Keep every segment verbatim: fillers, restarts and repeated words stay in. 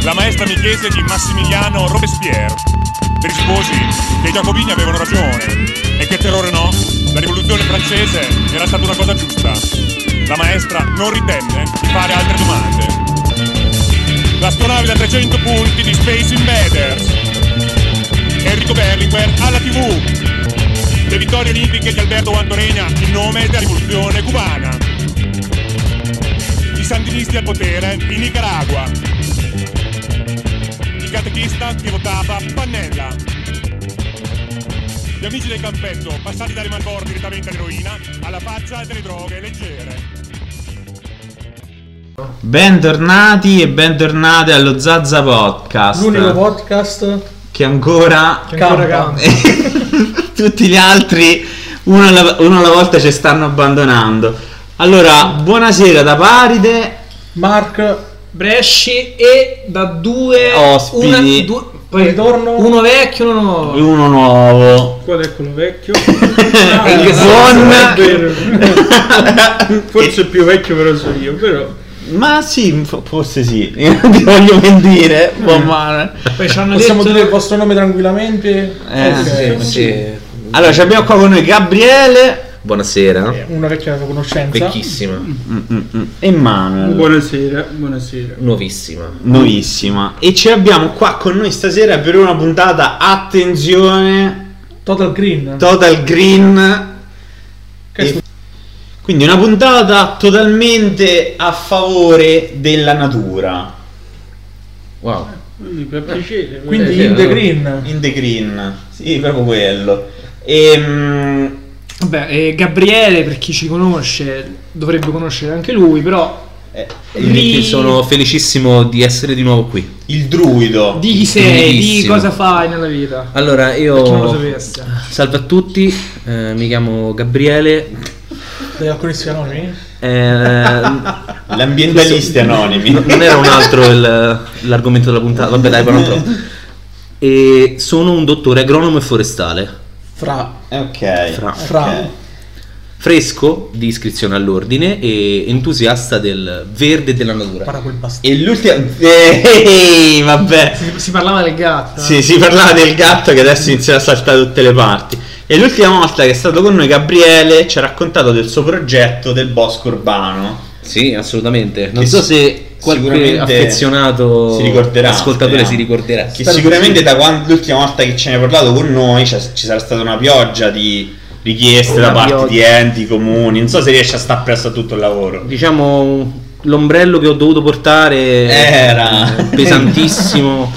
La maestra mi chiese di Massimiliano Robespierre. Le risposi che i giacobini avevano ragione e che terrore no, la rivoluzione francese era stata una cosa giusta. La maestra non ritenne di fare altre domande. L'astronave da trecento punti di Space Invaders. Enrico Berlinguer alla tivù. Le vittorie olimpiche di Alberto Antoregna in nome della rivoluzione cubana. I sandinisti al potere in Nicaragua. Il catechista che votava Pannella. Gli amici del campetto passati dalle manbordi direttamente all'eroina, alla faccia delle droghe leggere. Bentornati e bentornate allo Zazza Podcast. L'unico podcast che ancora, che ancora canta. Tutti gli altri uno alla, uno alla volta ci stanno abbandonando. Allora, buonasera da Paride, Mark, Bresci e da due ospiti. Una, due, poi ritorno uno vecchio, uno nuovo. Uno nuovo. Qual è quello vecchio? Ah, il buon forse più vecchio però so io, però. Ma sì, forse sì. Io non ti voglio mentire. Mm. Buon male. Poi ci hanno Possiamo detto dire il vostro nome tranquillamente? Eh, okay. sì, sì. Allora, ci abbiamo qua con noi Gabriele. Buonasera. Una vecchia conoscenza. Vecchissima. Mm, mm, mm. Emanuel. Buonasera, buonasera. Nuovissima. Nuovissima. E ci abbiamo qua con noi stasera per una puntata, attenzione, Total Green. Total Green. Che E quindi una puntata totalmente a favore della natura. Wow. Mi fa piacere. Quindi Eh, in the no. green. In the green. Sì, proprio quello. E Vabbè, e Gabriele, per chi ci conosce, dovrebbe conoscere anche lui, però eh, Lì- E sono felicissimo di essere di nuovo qui. il druido. di chi sei, di Bellissimo. cosa fai nella vita. Allora, io Per chi non lo sapesse. salve a tutti, eh, mi chiamo Gabriele. Degli alcolisti anonimi? eh, L'ambientalisti anonimi. Non era un altro il- l'argomento della puntata, vabbè dai, però non troppo. E sono un dottore agronomo e forestale. Fra. Ok. Fra. Fra. ok. Fresco, di iscrizione all'ordine e entusiasta del verde e della natura. Para quel bastardo. E l'ultima. Ehi, vabbè. Si, si parlava del gatto. eh. Sì, si parlava del gatto che adesso inizia a saltare da tutte le parti. E l'ultima volta che è stato con noi Gabriele ci ha raccontato del suo progetto del bosco urbano. Sì, assolutamente. Non Che so si- se qualche sicuramente affezionato si ricorderà, ascoltatore speriamo. si ricorderà. Che sicuramente da quando l'ultima volta che ce ne hai parlato con noi ci ci sarà stata una pioggia di richieste Una da parte pioggia. di enti, comuni. Non so se riesci a stare presso a tutto il lavoro. Diciamo l'ombrello che ho dovuto portare Era pesantissimo.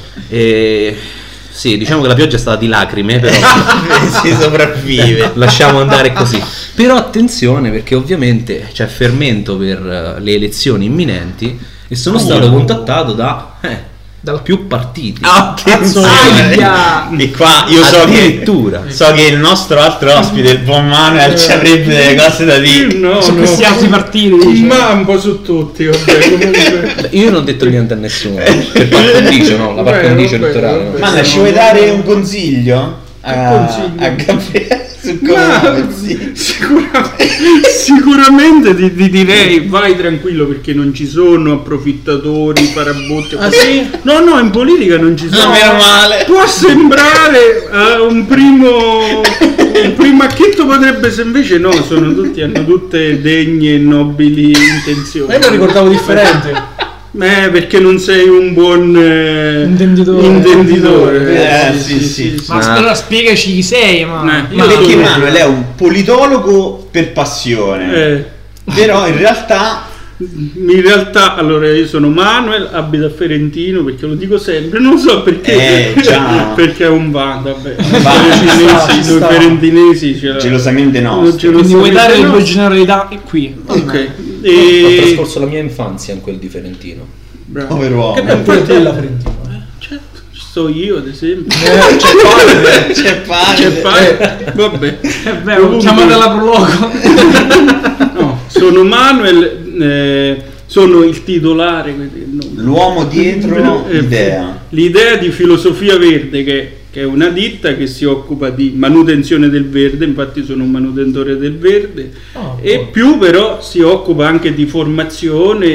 E sì, diciamo che la pioggia è stata di lacrime, però si sopravvive. lasciamo andare così. Però attenzione, perché ovviamente c'è fermento per eh, le elezioni imminenti e sono stato contattato da eh, Dal- più partiti. Attenzione. Aia. Di qua io so che Addirittura. so che il nostro altro ospite, il buon Manuel, ci avrebbe delle cose da dire. No, Su no. questi altri partiti dice. Ma un po' su tutti, vabbè, comunque. Beh, io non ho detto niente a nessuno. Per par condicio, no? La par Vabbè, condicio vabbè, elettorale. vabbè. Ma ci vuoi dare un consiglio? A, consiglio? a Gabriele su come Ma muoversi? sicuramente, sicuramente ti, ti direi vai tranquillo perché non ci sono approfittatori, parabotti. Ah sì? No, no, in politica non ci sono. No, meno male. Può sembrare eh, un primo un primo acchietto, potrebbe se invece no, sono tutti, hanno tutte degne e nobili intenzioni. Ma io lo ricordavo differente. Eh, perché non sei un buon eh, Intenditore. intenditore. Eh, sì, sì. Ma Ma- allora spiegaci chi sei, ma, Eh, ma- io Perché sono- Manuel è un politologo per passione. Eh, Però in realtà in realtà, allora io sono Manuel, abito a Ferentino perché lo dico sempre, non so perché, Eh, già. perché è un van, vabbè. van, Noi ci sta, cinesi, ci noi sta. ferentinesi ce l'ha- gelosamente nostro. ce lo quindi vuoi sapete, dare le no? tue generalità qui. Ok. Ho E... trascorso la mia infanzia in quel di Ferentino. Bravo. Povero uomo. Che bel portella Ferentino. Cioè, ci sto io ad esempio. Eh, c'è padre, c'è padre. C'è padre. Vabbè. È vero, Comunque- chiamatela prologo. No, sono Manuel, eh, sono il titolare. no. L'uomo dietro Eh, l'idea. L'idea di Filosofia Verde, che, che è una ditta che si occupa di manutenzione del verde, infatti sono un manutentore del verde, Oh, e oh. più però si occupa anche di formazione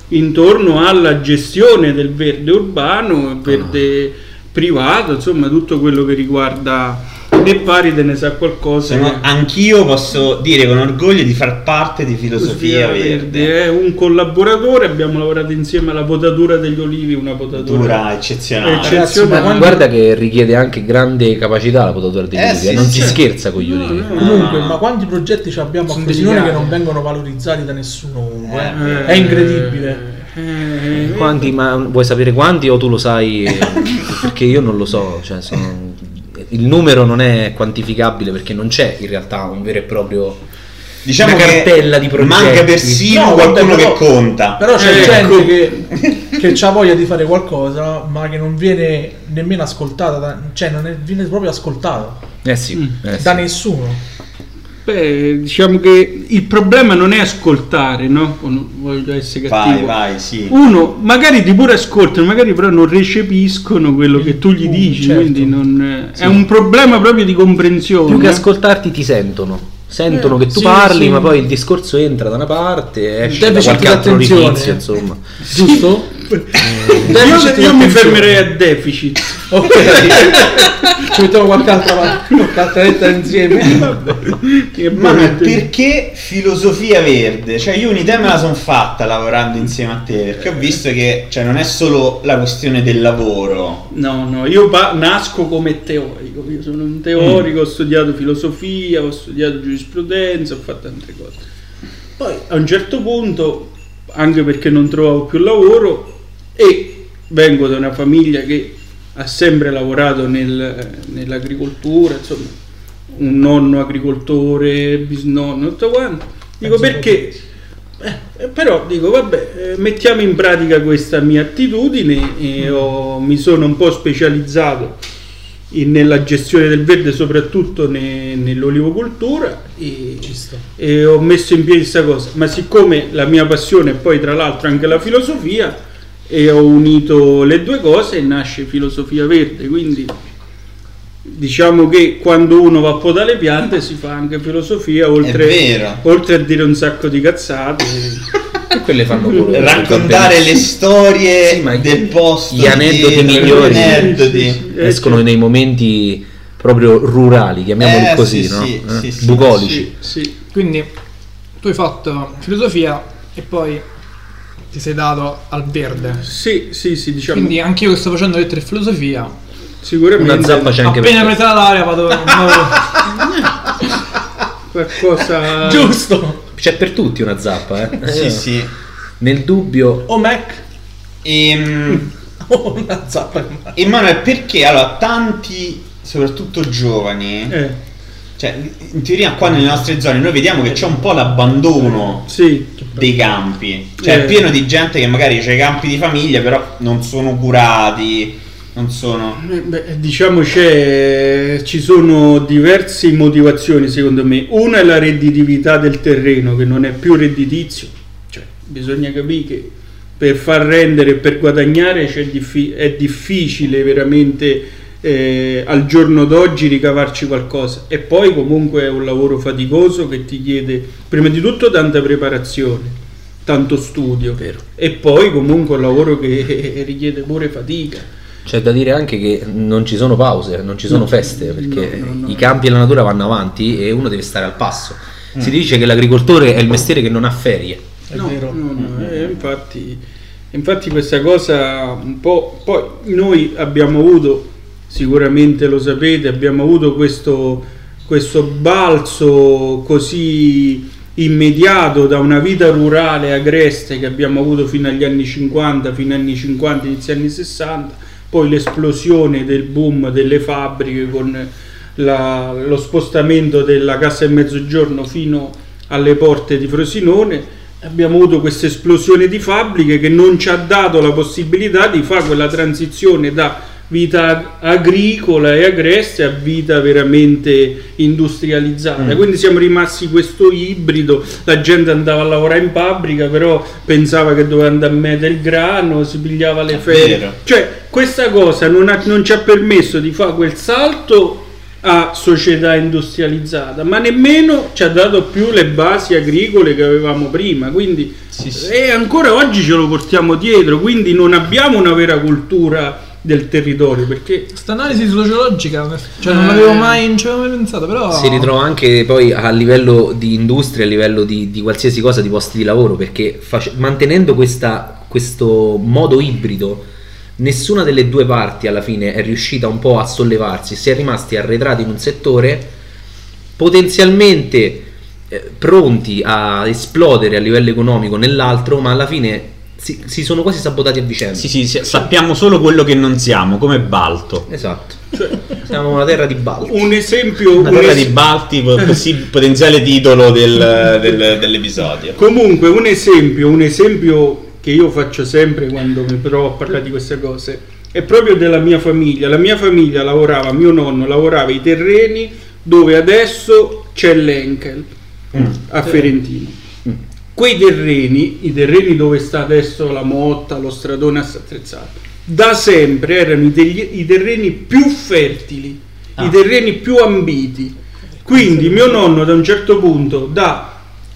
intorno alla gestione del verde urbano, verde privato, insomma tutto quello che riguarda. E Paride ne sa qualcosa. Sono, anch'io posso dire con orgoglio di far parte di Filosofia Verde. È un collaboratore, abbiamo lavorato insieme alla potatura degli olivi, una potatura Dura, eccezionale. eccezionale. Ma guarda che richiede anche grande capacità la potatura degli Eh, olivi, sì, eh, non sì. si scherza con gli No, olivi. no. Comunque, Ah. ma quanti progetti ci abbiamo a Sono Frosinone delicati. che non vengono valorizzati da nessuno ovunque? Eh, È incredibile. eh, Quanti, ma vuoi sapere quanti o tu lo sai? Perché io non lo so, cioè sono- il numero non è quantificabile perché non c'è in realtà un vero e proprio Diciamo una cartella che di progetti. manca persino No, qualcuno vabbè, però- che conta. Però c'è Eh, gente ecco. che, che ha voglia di fare qualcosa, ma che non viene nemmeno ascoltata, da- cioè non è- viene proprio ascoltata Eh sì, eh sì. da nessuno. Beh, diciamo che il problema non è ascoltare, no? O non voglio essere cattivo. Vai, vai, sì. Uno, magari ti pure ascoltano, magari però non recepiscono quello che tu gli Uh, dici, certo. quindi non, è un problema proprio di comprensione. Più che ascoltarti ti sentono. Sentono Eh, che tu sì, parli, sì. ma poi il discorso entra da una parte e esce da Deficit qualche di altro attenzione. orifizio, insomma. Giusto? Io, Deficit di io mi attenzione. fermerei a deficit. Ok. Ci mettiamo qualche altra, qualche altra lettera insieme. Che Ma buono. perché Filosofia Verde? Cioè io un'idea me la sono fatta lavorando insieme a te, perché ho visto che cioè, non è solo la questione del lavoro. No, no, io pa- nasco come teorico, io sono un teorico, ho studiato filosofia, ho studiato giurisprudenza, ho fatto tante cose. Poi a un certo punto, anche perché non trovavo più lavoro e vengo da una famiglia che ha sempre lavorato nel- nell'agricoltura, insomma, un nonno agricoltore, bisnonno, tutto quanto. Dico Penso perché... Eh, però dico vabbè, eh, mettiamo in pratica questa mia attitudine e ho- mi sono un po' specializzato in- nella gestione del verde, soprattutto ne- nell'olivocoltura e, Ci sta. e ho messo in piedi questa cosa, ma siccome la mia passione è poi tra l'altro anche la filosofia e ho unito le due cose e nasce Filosofia Verde, quindi diciamo che quando uno va a podare le piante si fa anche filosofia, oltre, vero. oltre a dire un sacco di cazzate. E quelle fanno pure Raccontare le storie Sì, ma del posto, gli aneddoti dietro, migliori. gli aneddoti. Sì, sì, sì. escono nei momenti proprio rurali, chiamiamoli Eh, così, sì, no? sì, Eh? sì, sì. Bucolici. Sì, sì. Quindi tu hai fatto filosofia e poi ti sei dato al verde. Sì, sì, sì, diciamo Quindi anche io che sto facendo lettere e filosofia, sicuramente Una zappa c'è anche appena per te. presa la laurea vado, vado qualcosa Giusto. C'è per tutti una zappa, eh? Sì, Eh, sì. Nel dubbio O Mac Ehm, o una zappa. Emanuele, perché allora tanti, soprattutto giovani, eh, cioè in teoria qua nelle nostre zone noi vediamo che c'è un po' l'abbandono sì, dei campi, cioè Eh. è pieno di gente che magari c'ha i campi di famiglia però non sono curati, non sono... Eh, beh, diciamo c'è ci sono diverse motivazioni secondo me. Una è la redditività del terreno che non è più redditizio, cioè bisogna capire che per far rendere e per guadagnare c'è diffi- è difficile veramente eh, al giorno d'oggi ricavarci qualcosa, e poi comunque è un lavoro faticoso che ti chiede prima di tutto tanta preparazione, tanto studio, e poi comunque un lavoro che richiede pure fatica. c'è da dire anche che non ci sono pause, non ci sono No, feste, perché no, no, no. i campi e la natura vanno avanti e uno deve stare al passo. Si dice che l'agricoltore è il mestiere che non ha ferie. È no, vero. no, no, eh, infatti, infatti questa cosa un po'... Poi noi abbiamo avuto, sicuramente lo sapete, abbiamo avuto questo, questo balzo così immediato da una vita rurale agreste che abbiamo avuto fino agli anni cinquanta, fino agli anni cinquanta, inizi anni sessanta, poi l'esplosione del boom delle fabbriche con la- lo spostamento della Cassa del Mezzogiorno fino alle porte di Frosinone. Abbiamo avuto questa esplosione di fabbriche che non ci ha dato la possibilità di fare quella transizione da vita agricola e agreste a vita veramente industrializzata. Mm. Quindi siamo rimasti questo ibrido, la gente andava a lavorare in fabbrica però pensava che doveva andare a mettere il grano, si pigliava le È ferie, vero. cioè questa cosa non, ha- non ci ha permesso di fare quel salto a società industrializzata, ma nemmeno ci ha dato più le basi agricole che avevamo prima, quindi Sì, sì. e ancora oggi ce lo portiamo dietro, quindi non abbiamo una vera cultura del territorio, perché Questa analisi sociologica, cioè non l'avevo mai, non ci avevo mai pensato, però Si ritrova anche poi a livello di industria, a livello di, di qualsiasi cosa, di posti di lavoro, perché face- mantenendo questa, questo modo ibrido, nessuna delle due parti alla fine è riuscita un po' a sollevarsi, si è rimasti arretrati in un settore potenzialmente eh, pronti a esplodere a livello economico nell'altro, ma alla fine si, si sono quasi sabotati a vicenda. Sì, sì, sì, sappiamo solo quello che non siamo, come Balto. Esatto. Siamo una terra di balti. un esempio, Una un terra es- di Balti, po- così potenziale titolo del- del- dell'episodio. comunque un esempio, un esempio che io faccio sempre quando mi provo a parlare di queste cose è proprio della mia famiglia. La mia famiglia lavorava, mio nonno lavorava i terreni dove adesso c'è l'Enkel a Ferentino. Quei terreni, i terreni dove sta adesso la motta, lo stradone attrezzato, da sempre erano i, degli- i terreni più fertili, Ah. i terreni più ambiti. Quindi mio nonno da un certo punto, da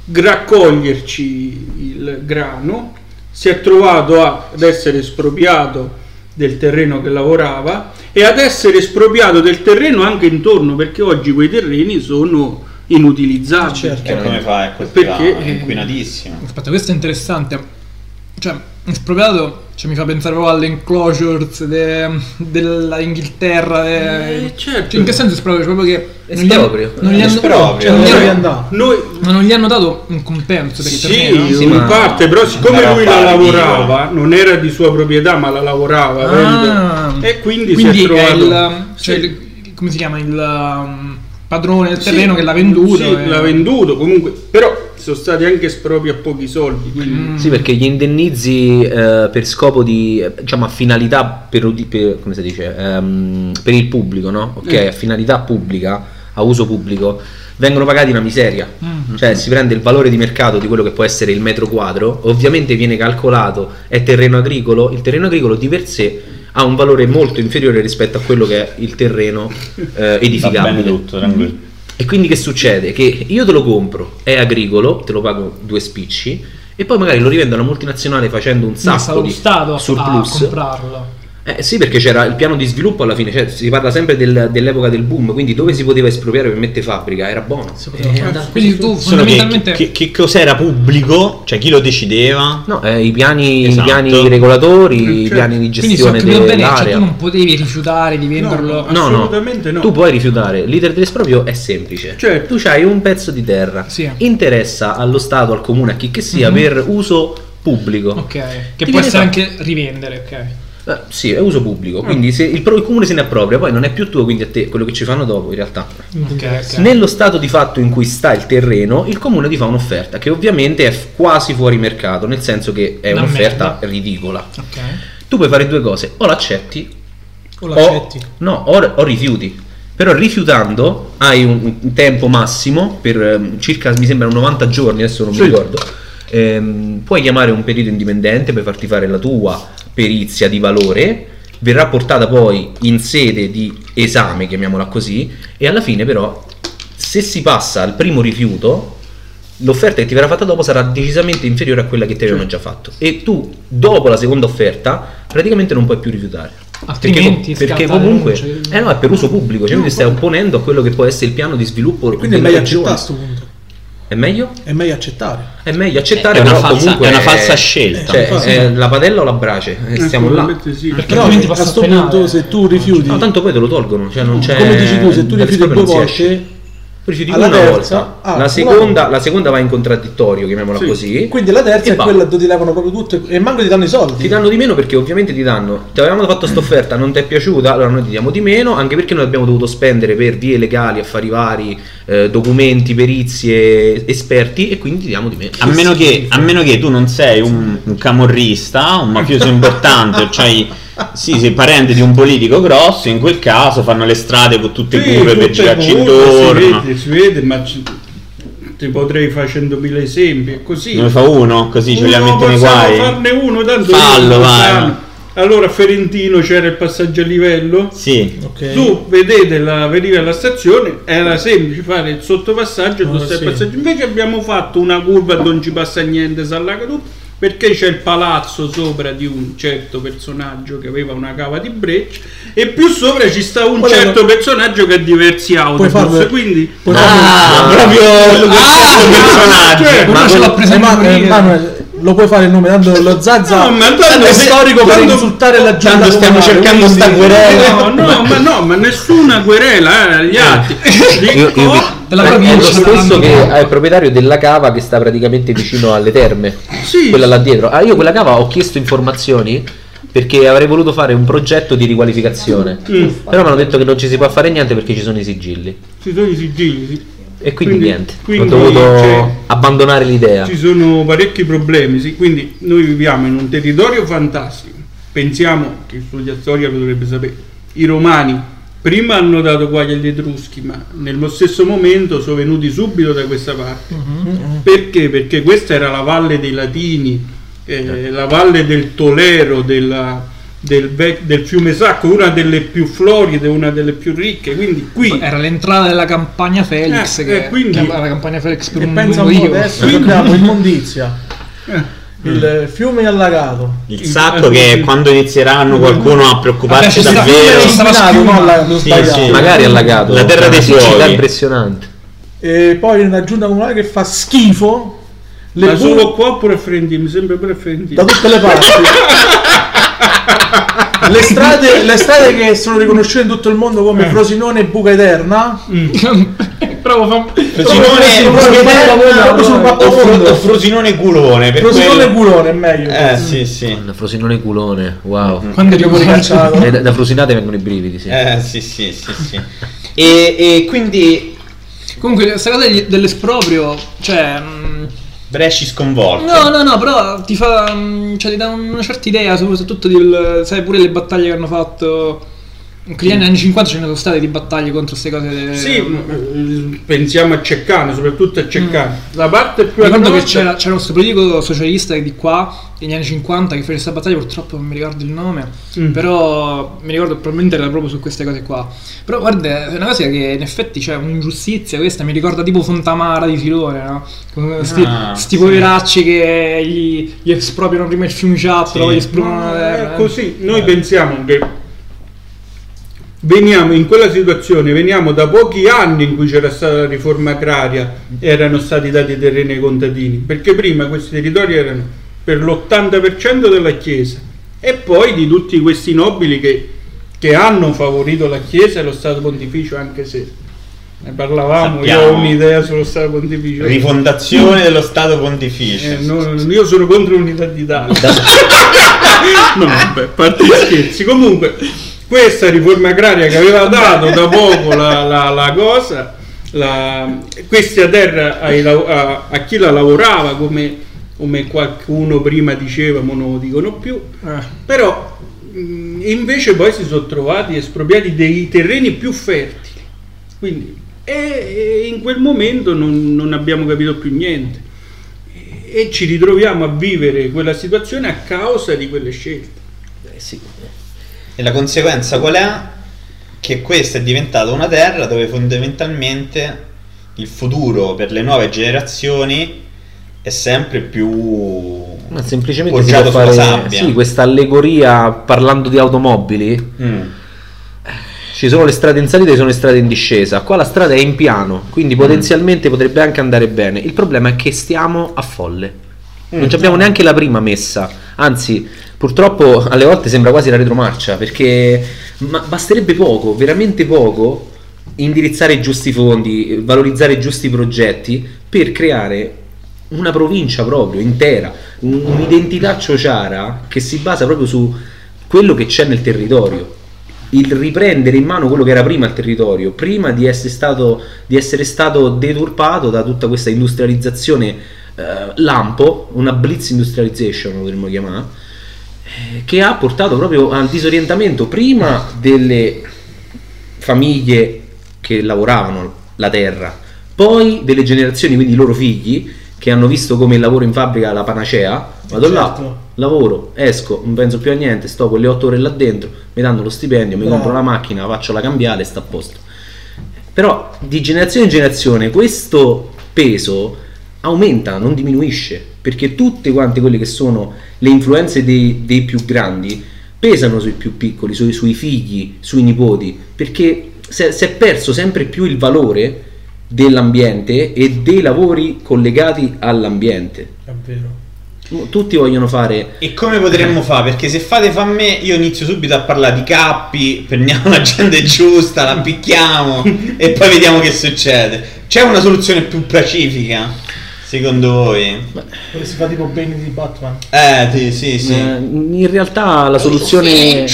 raccoglierci il grano, si è trovato a- ad essere espropriato del terreno che lavorava e ad essere espropriato del terreno anche intorno, perché oggi quei terreni sono inutilizzabili. Certo. E come fa? È coltivato, Perché, è eh, inquinatissimo. aspetta, questo è interessante. Cioè, espropriato, cioè, mi fa pensare proprio alle enclosures de- della Inghilterra. de- Eh, certo. Cioè, in che senso esproprio? Cioè, proprio che non gli hanno, Esproprio. non gli hanno- Esproprio. cioè, non gli Dove hanno- andare? Noi ma non gli hanno dato un compenso per il sì, terreno? Sì, in ma- parte, però siccome Una lui la roba lavorava, non era di sua proprietà, ma la lavorava, Ah. avendo- e quindi, Quindi si è è trovato il, cioè, sì. il- come si chiama, il um, padrone del Sì, terreno che l'ha venduto. sì, e- l'ha venduto comunque, però sono stati anche espropri a pochi soldi, quindi Sì, perché gli indennizi eh, per scopo di, eh, diciamo, a finalità per, udi- per- come si dice, Ehm, per il pubblico, no? Ok, Eh. a finalità pubblica, a uso pubblico, vengono pagati una miseria. Mm. Cioè si prende il valore di mercato di quello che può essere il metro quadro, ovviamente viene calcolato, è terreno agricolo, il terreno agricolo di per sé ha un valore molto inferiore rispetto a quello che è il terreno eh, Va bene edificabile. tutto, tranquillo. E quindi che succede? Che io te lo compro, è agricolo, te lo pago due spicci e poi magari lo rivendo alla multinazionale facendo un Quindi è stato sacco lo di Stato a surplus. comprarlo. Eh sì, perché c'era il piano di sviluppo alla fine, cioè si parla sempre del- dell'epoca del boom, quindi dove si poteva espropriare per mettere fabbrica era buono. poteva fare. Quindi tu Solo che, fondamentalmente che, che cos'era pubblico? Cioè chi lo decideva? No, eh, i, piani, Esatto. i piani regolatori, i Certo. piani di quindi se ho gestione capito bene, cioè, dell'area. tu non potevi rifiutare di venderlo. No, No, no, assolutamente no. tu puoi rifiutare. L'iter dell'esproprio è semplice. Certo. Tu hai un pezzo di terra, Sì. interessa allo Stato, al comune, a chi che sia, Mhm. per uso pubblico. Ok, che Ti può viene essere fatto. anche rivendere, ok. Eh, sì, è uso pubblico, quindi se il, pro- il comune se ne appropria, poi non è più tuo, quindi a te quello che ci fanno dopo in realtà. Ok, ok. Nello stato di fatto in cui sta il terreno, il comune ti fa un'offerta che ovviamente è f- quasi fuori mercato, nel senso che è Una un'offerta merda. ridicola. Ok. Tu puoi fare due cose, o l'accetti O l'accetti? o, no, o, o rifiuti. Però rifiutando hai un, un tempo massimo per ehm, circa, mi sembra, novanta giorni, adesso non mi Sì. ricordo. Ehm, puoi chiamare un perito indipendente per farti fare la tua perizia di valore, verrà portata poi in sede di esame, chiamiamola così, e alla fine però se si passa al primo rifiuto l'offerta che ti verrà fatta dopo sarà decisamente inferiore a quella che ti avevano già fatto e tu dopo la seconda offerta praticamente non puoi più rifiutare. Altrimenti perché, perché scatta comunque denuncia. eh no, è per uso pubblico, cioè tu ti stai opponendo a quello che può essere il piano di sviluppo Quindi è della meglio regione. accettare a sto punto. È meglio? È meglio accettare. È meglio accettare, È una però falsa- comunque è una falsa scelta. Cioè, Infatti. è la padella o la brace? Eh, stiamo là. Assolutamente sì. Perché Però altrimenti a passa sto a penale. punto se tu rifiuti, No, tanto poi te lo tolgono, cioè non c'è. come dici tu, se tu da rifiuti esproprio due non si esce. volte, Tu rifiuti alla una terza- volta, ah, la, una seconda, volta. la seconda va in contraddittorio, chiamiamola Sì. così. quindi la terza E è va. quella dove ti levano proprio tutto e manco ti danno i soldi. Ti danno di meno perché ovviamente ti danno, ti avevamo fatto questa offerta, non ti è piaciuta, allora noi ti diamo di meno, anche perché noi abbiamo dovuto spendere per vie legali, affari vari, eh, documenti, perizie, esperti e quindi ti diamo di meno. A meno, che, a meno che tu non sei un, un camorrista, un mafioso importante, cioè sì, sei parente di un politico grosso, in quel caso fanno le strade con tutte Sì, curve per tutte girarci curve, intorno. Si vede, si vede, ma ci- ti potrei fare centomila esempi, è così. Ne fa uno, così ce li Uno, mettono nei possiamo guai. farne uno, tanto Fallo, io vai. sono allora a Ferentino c'era il passaggio a livello. Sì. Ok. Tu vedete la veniva alla stazione, era semplice fare il sottopassaggio, tu Oh, stai sì. passaggio. Invece abbiamo fatto una curva dove non ci passa niente, si allaga tutto, perché c'è il palazzo sopra di un certo personaggio che aveva una cava di breccia e più sopra ci sta un Poi certo lo- personaggio che ha diversi autobus, farlo- quindi puoi Ah, farlo- proprio questo personaggio. cioè, Ma ce l'ho preso Eh, in Ma- pure eh, io. Manuel, lo puoi fare il nome, tanto lo Zazza No, ma tanto tanto è se- storico per tanto- insultare la giunta tanto stiamo comunale, cercando quindi- sta querela. no, no, ma no, ma nessuna querela, eh, gli atti. Io- io vi- Della è lo provincia, stesso tanto. che è il proprietario della cava che sta praticamente vicino alle terme, Sì. quella là dietro. Ah, io quella cava ho chiesto informazioni perché avrei voluto fare un progetto di riqualificazione, Mm. però mi hanno detto che non ci si può fare niente perché ci sono i sigilli Ci sono i sigilli, sì. e quindi, Quindi- niente, quindi, ho dovuto cioè, abbandonare l'idea. Ci sono parecchi problemi, sì. Quindi noi viviamo in un territorio fantastico. Pensiamo che studia storia lo dovrebbe sapere. I romani prima hanno dato guai agli Etruschi, ma nello stesso momento sono venuti subito da questa parte. Perché? Perché questa era la valle dei Latini, eh, la valle del Tolero, della- del, ve- del fiume Sacco, una delle più floride, una delle più ricche. Quindi qui Era l'entrata della campagna Felix, Eh, che eh, quindi- chiamava la campagna Felix per E un pensa un lungo po' io. adesso che abbiamo immondizia, eh, il fiume allagato, Il sacco che quando inizieranno qualcuno a preoccuparsi Vabbè, ci sta- davvero. ci stava Illuminato, schiuma. no, la- lo Sì, sbagliato. sì. Magari allagato, La terra c'è dei una siccità fuochi. impressionante. E poi una giunta comunale che fa schifo, le ma bu- solo qua oppure a Ferentino? Mi sembra pure a Ferentino. da tutte le parti. le, strade, le strade che sono riconosciute in tutto il mondo come Frosinone e Buca Eterna. Bravo, fa... Frosinone, Proprio sul mappamondo, proprio sul o, Fro- mappamondo. o Frosinone culone. Per Frosinone e quello- culone è meglio. Eh sì sì. Un Frosinone culone, wow. Quando Abbiamo ero ricacciato. Eh, da, da Frosinate vengono i brividi, sì. Eh sì sì sì sì. E, e quindi Comunque, questa cosa degli- dell'esproprio, cioè... mh, Bresci sconvolto. No, no, no, però ti fa. mh, Cioè, ti dà una certa idea, soprattutto di. Sai, pure le battaglie che hanno fatto. Anche negli anni cinquanta ce ne sono state di battaglie contro queste cose. Sì, m- pensiamo a Ceccano, soprattutto a Ceccano. La parte più Mi ricordo che atroce- c'era, c'era questo politico socialista di qua, negli anni cinquanta, che fece questa battaglia, purtroppo non mi ricordo il nome, Mm. però mi ricordo che probabilmente era proprio su queste cose qua. Però guarda, è una cosa che in effetti c'è un'ingiustizia questa, mi ricorda tipo Fontamara di Filone, no? Con sti, Ah, sti sì. poveracci che gli, gli espropriano prima il fiumiciattolo, Sì. gli espropriano la No, terra. è così. Noi pensiamo che veniamo in quella situazione, veniamo da pochi anni in cui c'era stata la riforma agraria, erano stati dati i terreni ai contadini, perché prima questi territori erano per l'ottanta per cento della Chiesa e poi di tutti questi nobili che, che hanno favorito la Chiesa e lo Stato Pontificio, anche se ne parlavamo, io Sappiamo. ho un'idea sullo Stato Pontificio. Rifondazione dello Stato Pontificio. Eh, no, io sono contro l'unità d'Italia. No, vabbè, a parte gli scherzi. Comunque, questa riforma agraria che aveva dato da poco la, la- la cosa, la, questa terra ai lav- a, a chi la lavorava, come, come qualcuno prima diceva, ma non lo dicono più, Eh. però mh, invece poi si sono trovati espropriati dei terreni più fertili. Quindi, e, e in quel momento non, non abbiamo capito più niente. E, e ci ritroviamo a vivere quella situazione a causa di quelle scelte. Eh, sì. E la conseguenza qual è? Che questa è diventata una terra dove fondamentalmente il futuro per le nuove generazioni è sempre più Ma semplicemente si poggiato può sulla fare sabbia. sì, questa allegoria parlando di automobili. Mm. Ci sono le strade in salita e ci sono le strade in discesa. Qua la strada è in piano, quindi potenzialmente potrebbe anche andare bene. Il problema è che stiamo a folle. Non ci abbiamo neanche la prima messa. Anzi, purtroppo alle volte sembra quasi la retromarcia, perché ma basterebbe poco, veramente poco, indirizzare i giusti fondi, valorizzare i giusti progetti per creare una provincia proprio intera, un- un'identità ciociara che si basa proprio su quello che c'è nel territorio. Il riprendere in mano quello che era prima il territorio, prima di essere stato, di essere stato deturpato da tutta questa industrializzazione eh, lampo, una blitz industrialization lo potremmo chiamare, eh, che ha portato proprio al disorientamento prima delle famiglie che lavoravano la terra, poi delle generazioni, quindi i loro figli, che hanno visto come il lavoro in fabbrica è la panacea, vado certo. là, lavoro, esco, non penso più a niente, sto quelle otto ore là dentro, mi danno lo stipendio, mi Bravo. compro la macchina, faccio la cambiale e sta a posto. Però di generazione in generazione questo peso aumenta, non diminuisce, perché tutte quante quelle che sono le influenze dei, dei più grandi pesano sui più piccoli, sui, sui figli, sui nipoti, perché si è, si è perso sempre più il valore dell'ambiente e dei lavori collegati all'ambiente. È vero. Tutti vogliono fare. E come potremmo fare? Perché se fate fa me, io inizio subito a parlare di cappi, prendiamo la gente giusta, la picchiamo e poi vediamo che succede. C'è una soluzione più pacifica? Secondo voi? Dove si fa tipo Bane di Batman. Eh, sì, sì, sì. Eh, in realtà la soluzione.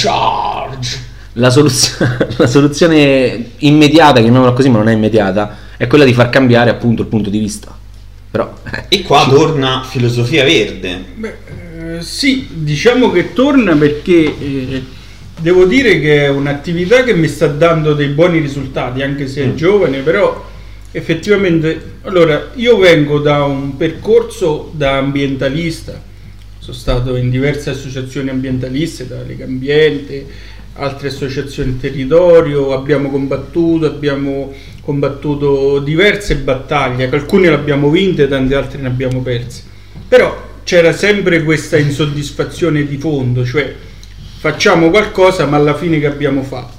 La, soluz- la soluzione immediata, chiamiamola così, ma non è immediata, è quella di far cambiare appunto il punto di vista. Però. eh, E qua ci- torna filosofia verde. Beh, eh, sì, diciamo che torna perché eh, devo dire che è un'attività che mi sta dando dei buoni risultati, anche se è Mm. giovane, però effettivamente, allora, io vengo da un percorso da ambientalista, sono stato in diverse associazioni ambientaliste, da Lega Ambiente, altre associazioni del territorio, abbiamo combattuto, abbiamo combattuto diverse battaglie, alcune le abbiamo vinte, tante altre ne abbiamo perse, però c'era sempre questa insoddisfazione di fondo, cioè facciamo qualcosa ma alla fine che abbiamo fatto?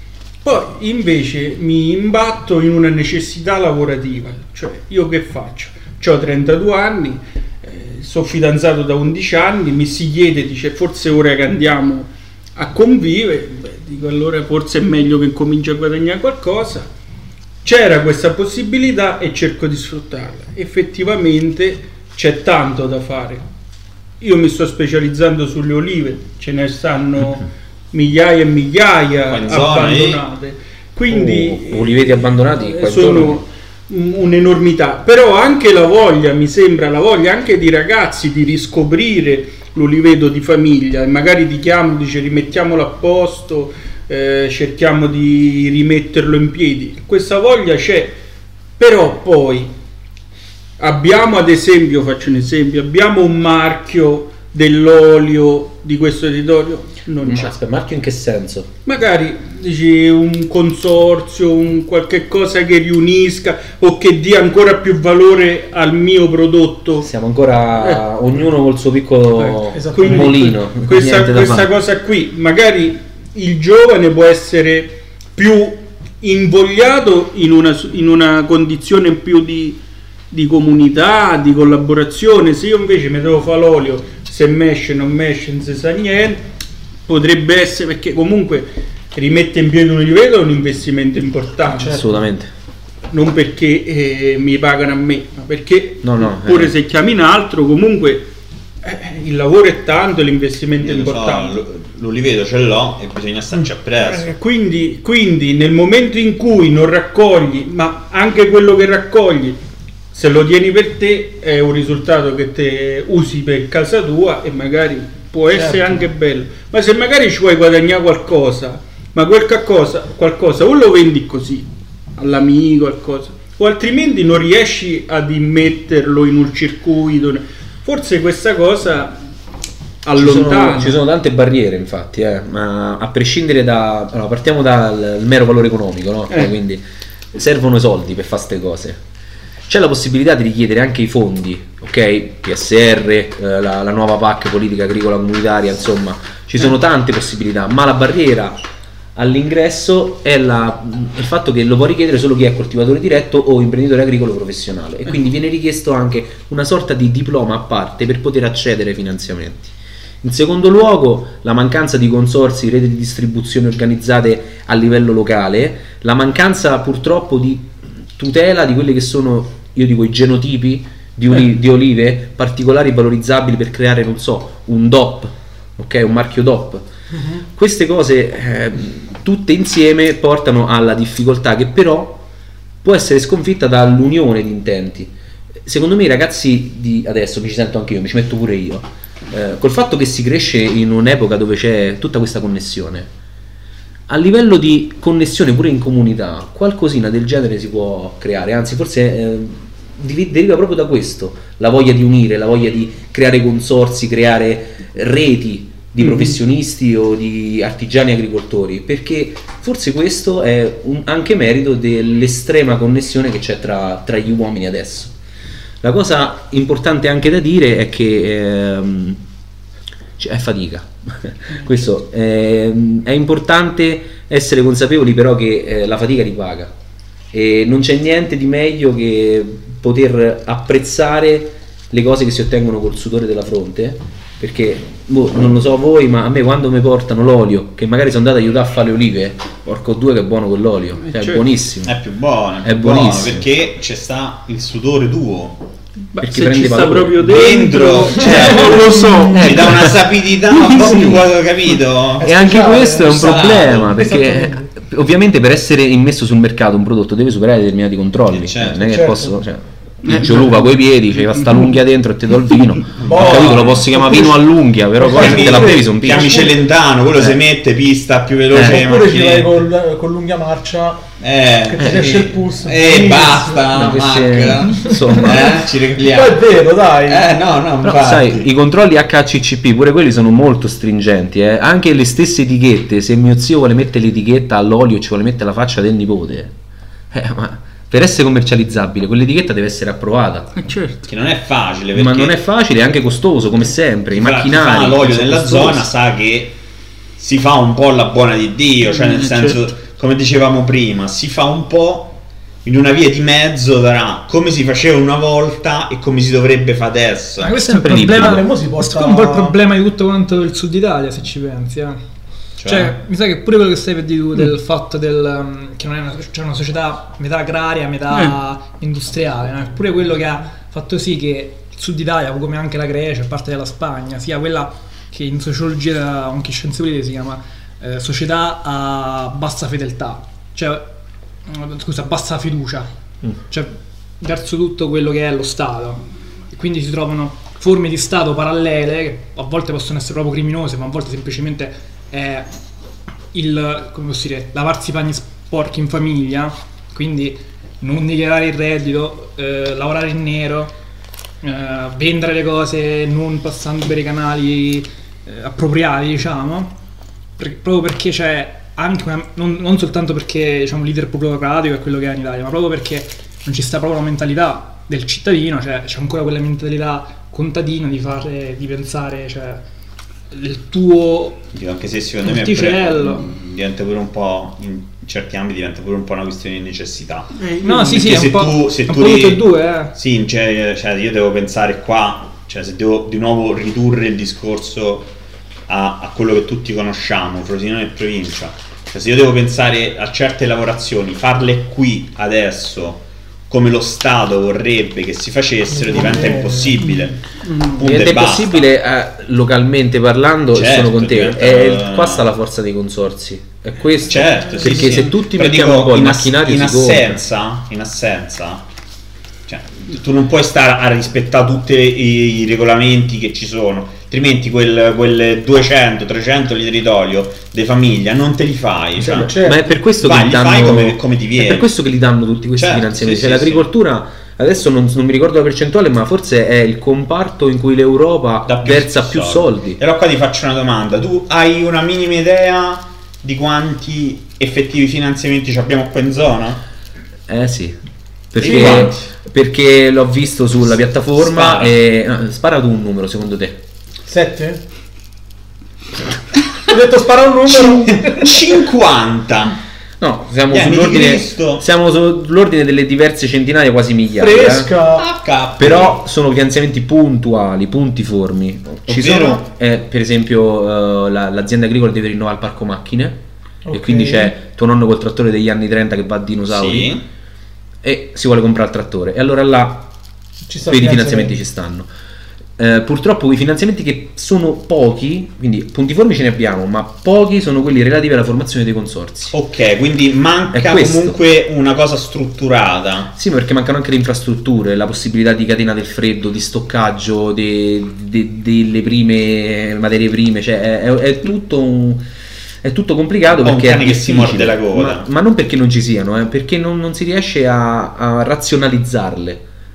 Poi invece mi imbatto in una necessità lavorativa, cioè io che faccio? Ho trentadue anni, eh, sono fidanzato da undici anni, mi si chiede, dice forse ora che andiamo a convivere, beh, dico allora forse è meglio che cominci a guadagnare qualcosa. C'era questa possibilità e cerco di sfruttarla. Effettivamente c'è tanto da fare. Io mi sto specializzando sulle olive, ce ne stanno migliaia e migliaia Qua in zona, abbandonate. Quindi Oh, oliveti abbandonati eh, qua sono intorno. un- un'enormità. Però anche la voglia, mi sembra, la voglia anche di ragazzi di riscoprire l'oliveto di famiglia e magari ti chiamo, dice rimettiamolo a posto, eh, cerchiamo di rimetterlo in piedi. Questa voglia c'è, però poi abbiamo ad esempio, faccio un esempio, abbiamo un marchio dell'olio di questo territorio? Non c'è. Aspetta, marchio in che senso? Magari dici un consorzio, un qualche cosa che riunisca o che dia ancora più valore al mio prodotto. Siamo ancora ognuno col suo piccolo Eh, Quindi molino. questa, niente da questa fare. cosa qui, magari il giovane può essere più invogliato in una, in una condizione più di, di comunità, di collaborazione. Se io invece mi devo fare l'olio, se mesce non mesce non si sa niente, potrebbe essere, perché comunque rimette in piedi un oliveto è un investimento importante, Assolutamente. non perché eh, mi pagano a me, ma perché No, no, pure eh. se chiami in altro comunque eh, il lavoro è tanto, l'investimento è Io lo so, importante. l- l'oliveto ce l'ho e bisogna starci appresso. Eh, quindi, quindi nel momento in cui non raccogli, ma anche quello che raccogli, se lo tieni per te, è un risultato che te usi per casa tua e magari può Certo. essere anche bello. Ma se magari ci vuoi guadagnare qualcosa, ma quel qualcosa, qualcosa o lo vendi così all'amico, qualcosa, o altrimenti non riesci ad immetterlo in un circuito. Forse questa cosa Ci allontana. sono, ci sono tante barriere, infatti, eh, ma a prescindere da. Allora, partiamo dal mero valore economico, no? Eh. Quindi servono i soldi per fare queste cose. C'è la possibilità di richiedere anche i fondi, ok? P S R, eh, la, la nuova P A C, politica agricola comunitaria, insomma, ci sono tante possibilità, ma la barriera all'ingresso è la- il fatto che lo può richiedere solo chi è coltivatore diretto o imprenditore agricolo professionale, e quindi viene richiesto anche una sorta di diploma a parte per poter accedere ai finanziamenti. In secondo luogo, la mancanza di consorzi, reti di distribuzione organizzate a livello locale, la mancanza purtroppo di tutela di quelli che sono, io dico, i genotipi di, oli- di olive particolari valorizzabili per creare, non so, un D O P, ok, un marchio D O P. Queste cose eh, tutte insieme portano alla difficoltà che però può essere sconfitta dall'unione di intenti. Secondo me i ragazzi di adesso, mi ci sento anche io, mi ci metto pure io, eh, col fatto che si cresce in un'epoca dove c'è tutta questa connessione, a livello di connessione pure in comunità qualcosina del genere si può creare, anzi forse eh, div- deriva proprio da questo, la voglia di unire, la voglia di creare consorzi, creare reti di Mhm. professionisti o di artigiani agricoltori, perché forse questo è un- anche merito dell'estrema connessione che c'è tra, tra gli uomini adesso. La cosa importante anche da dire è che ehm, cioè, è fatica. Questo ehm, è importante essere consapevoli però che eh, la fatica ripaga e non c'è niente di meglio che poter apprezzare le cose che si ottengono col sudore della fronte, perché boh, non lo so voi, ma a me quando mi portano l'olio, che magari sono andato a aiutare a fare le olive, porco due che è buono quell'olio, Eh, cioè, è certo. buonissimo. È più buono, È più buono, buonissimo. perché c'è sta il sudore tuo Perché se prende ci sta valore. proprio dentro, dentro, cioè, non lo so. ci dà una sapidità un po' Sì. più, capito? E anche speciale, questo è un salato. problema, perché Esattamente. ovviamente per essere immesso sul mercato un prodotto deve superare determinati controlli. Eh, certo, non è che certo. posso, cioè, il gioluva coi piedi, c'è sta l'unghia dentro e ti do il vino. Boh. Ho capito, lo posso chiamare vino all'unghia, però poi se te la bevi sono Chiami piccoli. Celentano, quello Eh. si mette pista più veloce. Eh. Oppure ci vai macchinette. col, con l'unghia marcia Eh, che ti esce il pulso. E Benissimo. basta, Queste- Mac. insomma. Eh, ci Poi regliamo. è vero, dai. Eh, no, no, Però infatti. sai, i controlli H A C C P pure quelli sono molto stringenti, eh. Anche le stesse etichette, se mio zio vuole mettere l'etichetta all'olio e ci vuole mettere la faccia del nipote, eh, ma per essere commercializzabile quell'etichetta deve essere approvata. Eh, certo. Che non è facile, perché Ma non è facile, è anche costoso come sempre, i chi fa- chi macchinari fa l'olio sono nella costosi. zona sa che si fa un po' la buona di Dio, cioè nel Eh, senso, certo. come dicevamo prima, si fa un po' in una via di mezzo tra come si faceva una volta e come si dovrebbe fare adesso. Ma questo è un Sempre problema. liquido. Mo si porta- Questo è un po' il problema di tutto quanto il sud Italia, se ci pensi. Eh. Cioè, mi sa che pure quello che stai per dire tu del fatto del um, che non è una, cioè una società metà agraria, metà industriale, no? È pure quello che ha fatto sì che il sud Italia, come anche la Grecia e parte della Spagna, sia quella che in sociologia, anche in scienze politiche, si chiama eh, società a bassa fedeltà, cioè mm, scusa, bassa fiducia, Mm. cioè verso tutto quello che è lo Stato. E quindi si trovano forme di Stato parallele che a volte possono essere proprio criminose, ma a volte semplicemente è il, come posso dire, lavarsi i panni sporchi in famiglia, quindi non dichiarare il reddito, eh, lavorare in nero, eh, vendere le cose non passando per i canali eh, appropriati, diciamo, per- proprio perché c'è anche una, non, non soltanto perché diciamo il leader plutocratico è quello che è in Italia, ma proprio perché non ci sta proprio la mentalità del cittadino, cioè c'è ancora quella mentalità contadina di fare, di pensare, cioè il tuo Dico, anche se secondo me è Orticello. pure- diventa pure un po', in certi ambiti diventa pure un po' una questione di necessità. Eh, no sì sì Perché è se un po', tu- se è un tu po' ri- tutte e due eh. Sì, cioè, cioè, io devo pensare qua, cioè se devo di nuovo ridurre il discorso a, a quello che tutti conosciamo, Frosinone e provincia, cioè se io devo pensare a certe lavorazioni, farle qui adesso come lo Stato vorrebbe che si facessero, diventa impossibile. Punto e Diventa basta. impossibile eh, localmente parlando, e Certo, sono con te. diventa- È- qua sta la forza dei consorzi. È questo. Certo, sì, perché sì. se tutti Però mettiamo dico, un po' il in ass- macchinario in si compra. assenza, in assenza, cioè, tu non puoi stare a rispettare tutti i, i regolamenti che ci sono, altrimenti quel, quel duecento trecento litri d'olio di famiglia non te li fai. Cioè, certo. Ma è per questo Vai, che li li danno, fai come- come ti viene. È per questo che li danno tutti questi Certo, finanziamenti. sì, Cioè, sì, l'agricoltura adesso non, non mi ricordo la percentuale, ma forse è il comparto in cui l'Europa dà più versa più soldi. E allora qua ti faccio una domanda: tu hai una minima idea di quanti effettivi finanziamenti ci abbiamo qua in zona? Eh sì. Sì, Perché, quanti? perché l'ho visto sulla piattaforma Spara. e no, spara tu un numero secondo te. Sette? Ho detto spara un numero. cinquanta. No, siamo Vieni di sull'ordine Cristo. siamo sull'ordine delle diverse centinaia, quasi migliaia. eh. Fresca. H. Però sono finanziamenti puntuali, puntiformi. Ci Ovvero? sono, eh, per esempio, eh, la- l'azienda agricola deve rinnovare il parco macchine. E Ok. quindi c'è tuo nonno col trattore degli anni trenta che va a dinosauri Sì. e si vuole comprare il trattore. E allora là Ci sta per i il finanziamenti ci stanno. Eh, purtroppo i finanziamenti che sono pochi, quindi puntiformi ce ne abbiamo, ma pochi sono quelli relativi alla formazione dei consorzi. Ok, quindi È manca questo. comunque una cosa strutturata. Sì, ma perché mancano anche le infrastrutture, la possibilità di catena del freddo, di stoccaggio de- de- delle prime materie prime, cioè è, è- è tutto un- è tutto complicato Un po' un perché è cane che si difficile, morde la coda. ma, ma non perché non ci siano, eh, perché non, non si riesce a, a razionalizzarle.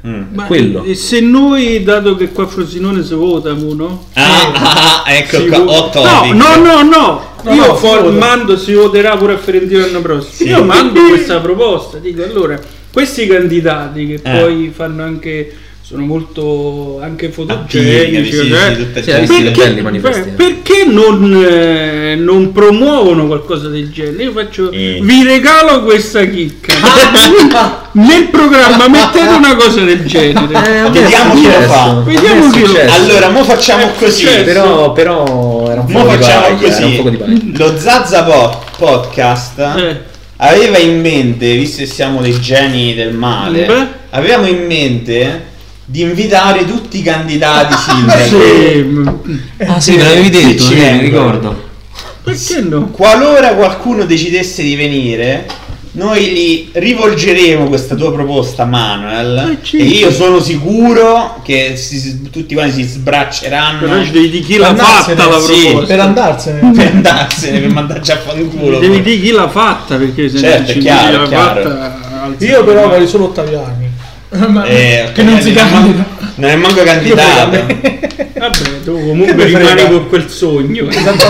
Mm. Ma quello. e se noi, dato che qua a Frosinone si vota, mo, no? Ah, ah, ah, ecco Si qua, vo- hot no, topic. no, no, no, No, io no, for- si vota. mando, si voterà pure a Ferentino l'anno prossimo. Sì. Io mando questa proposta, dico allora, questi candidati che Eh. poi fanno anche, sono molto anche Attivi, fotogenici, sì, eh, sì, tutte Sì, hai gente. visto le belli beh, manifesti? perché non, eh, non promuovono qualcosa del genere? Io faccio, Eh. vi regalo questa chicca. Nel programma mettete una cosa del genere. Eh, a me Vediamo è chi lo successo. fa. A me è Vediamo chi lo fa. successo. Allora, mo facciamo È così. successo. Però, però era un Mo fuoco di facciamo paglia, era un così. fuoco di paglia. Lo Zazza Po- Podcast Eh. aveva in mente, visto che siamo dei geni del male, Beh. avevamo in mente di invitare tutti i candidati sindaci. Sì, Ah sì, me l'avevi Sì, detto, ci sì, mi vengono. ricordo. perché no? Qualora qualcuno decidesse di venire, noi gli rivolgeremo questa tua proposta, Manuel, Eh, sì. e io sono sicuro che si- tutti quanti si sbracceranno Però ci devi di chi l'ha Andarsene, fatta la sì, proposta. Per andarsene. per andarsene, per mandarci a fanculo. Devi dire chi l'ha fatta, perché se Certo, non è ci chiaro, dici chi l'ha è chiaro. fatta, alzi Io però la mano. voglio solo Ottaviani. Ma- Eh, che non si non è cambia. manco- non è manco candidato. Vabbè, tu comunque Che me rimani frega. con quel sogno.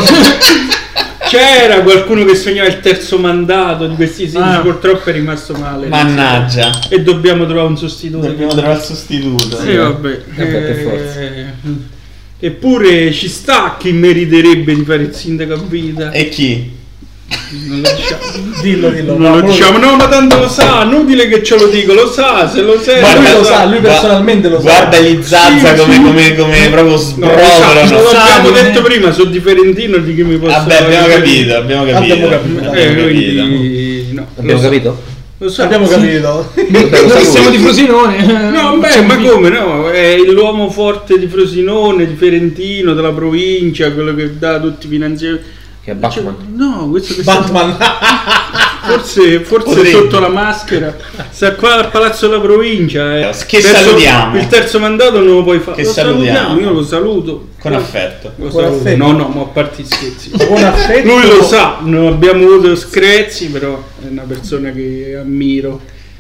C'era qualcuno che sognava il terzo mandato di questi sindaci, Ah. purtroppo è rimasto male. Mannaggia, E dobbiamo trovare un sostituto. dobbiamo trovare il sostituto. Sì, vabbè. Vabbè, per Eh, forza. Eppure ci sta chi meriterebbe di fare il sindaco a vita. E chi? Non lo diciamo. Dillo, dillo. Non lo No, diciamo, no, ma tanto lo sa, inutile che ce lo dico, lo sa, se lo sa. Guarda, lui lo sa, lui gua- personalmente lo sa. Guarda gli Zazza Sì, come, sì. come, come proprio No, lo sa, sbrovolano. lo abbiamo Sa, detto non è- prima, sono di Ferentino, di chi mi posso Vabbè, abbiamo fare? capito, abbiamo capito. Abbiamo capito. Eh, Abbiamo capito. quindi, no, Abbiamo lo sa. capito? Lo sa. Abbiamo Sì. capito. Noi siamo di Frosinone. No, beh, C'è un ma video. come no? È l'uomo forte di Frosinone, di Ferentino, della provincia, quello che dà tutti i finanziamenti. Che è Batman. Cioè, no, questo che sta Batman. forse, forse Potrebbe. sotto la maschera sta qua al palazzo della provincia, eh. Che Terzo- salutiamo. il terzo mandato non lo puoi fare. Che Lo salutiamo. io lo saluto Con affetto. Lo Con saluto. affetto. No, no, ma a parte gli scherzi. Buon affetto. Lui lo sa, non abbiamo avuto screzi, però è una persona che ammiro.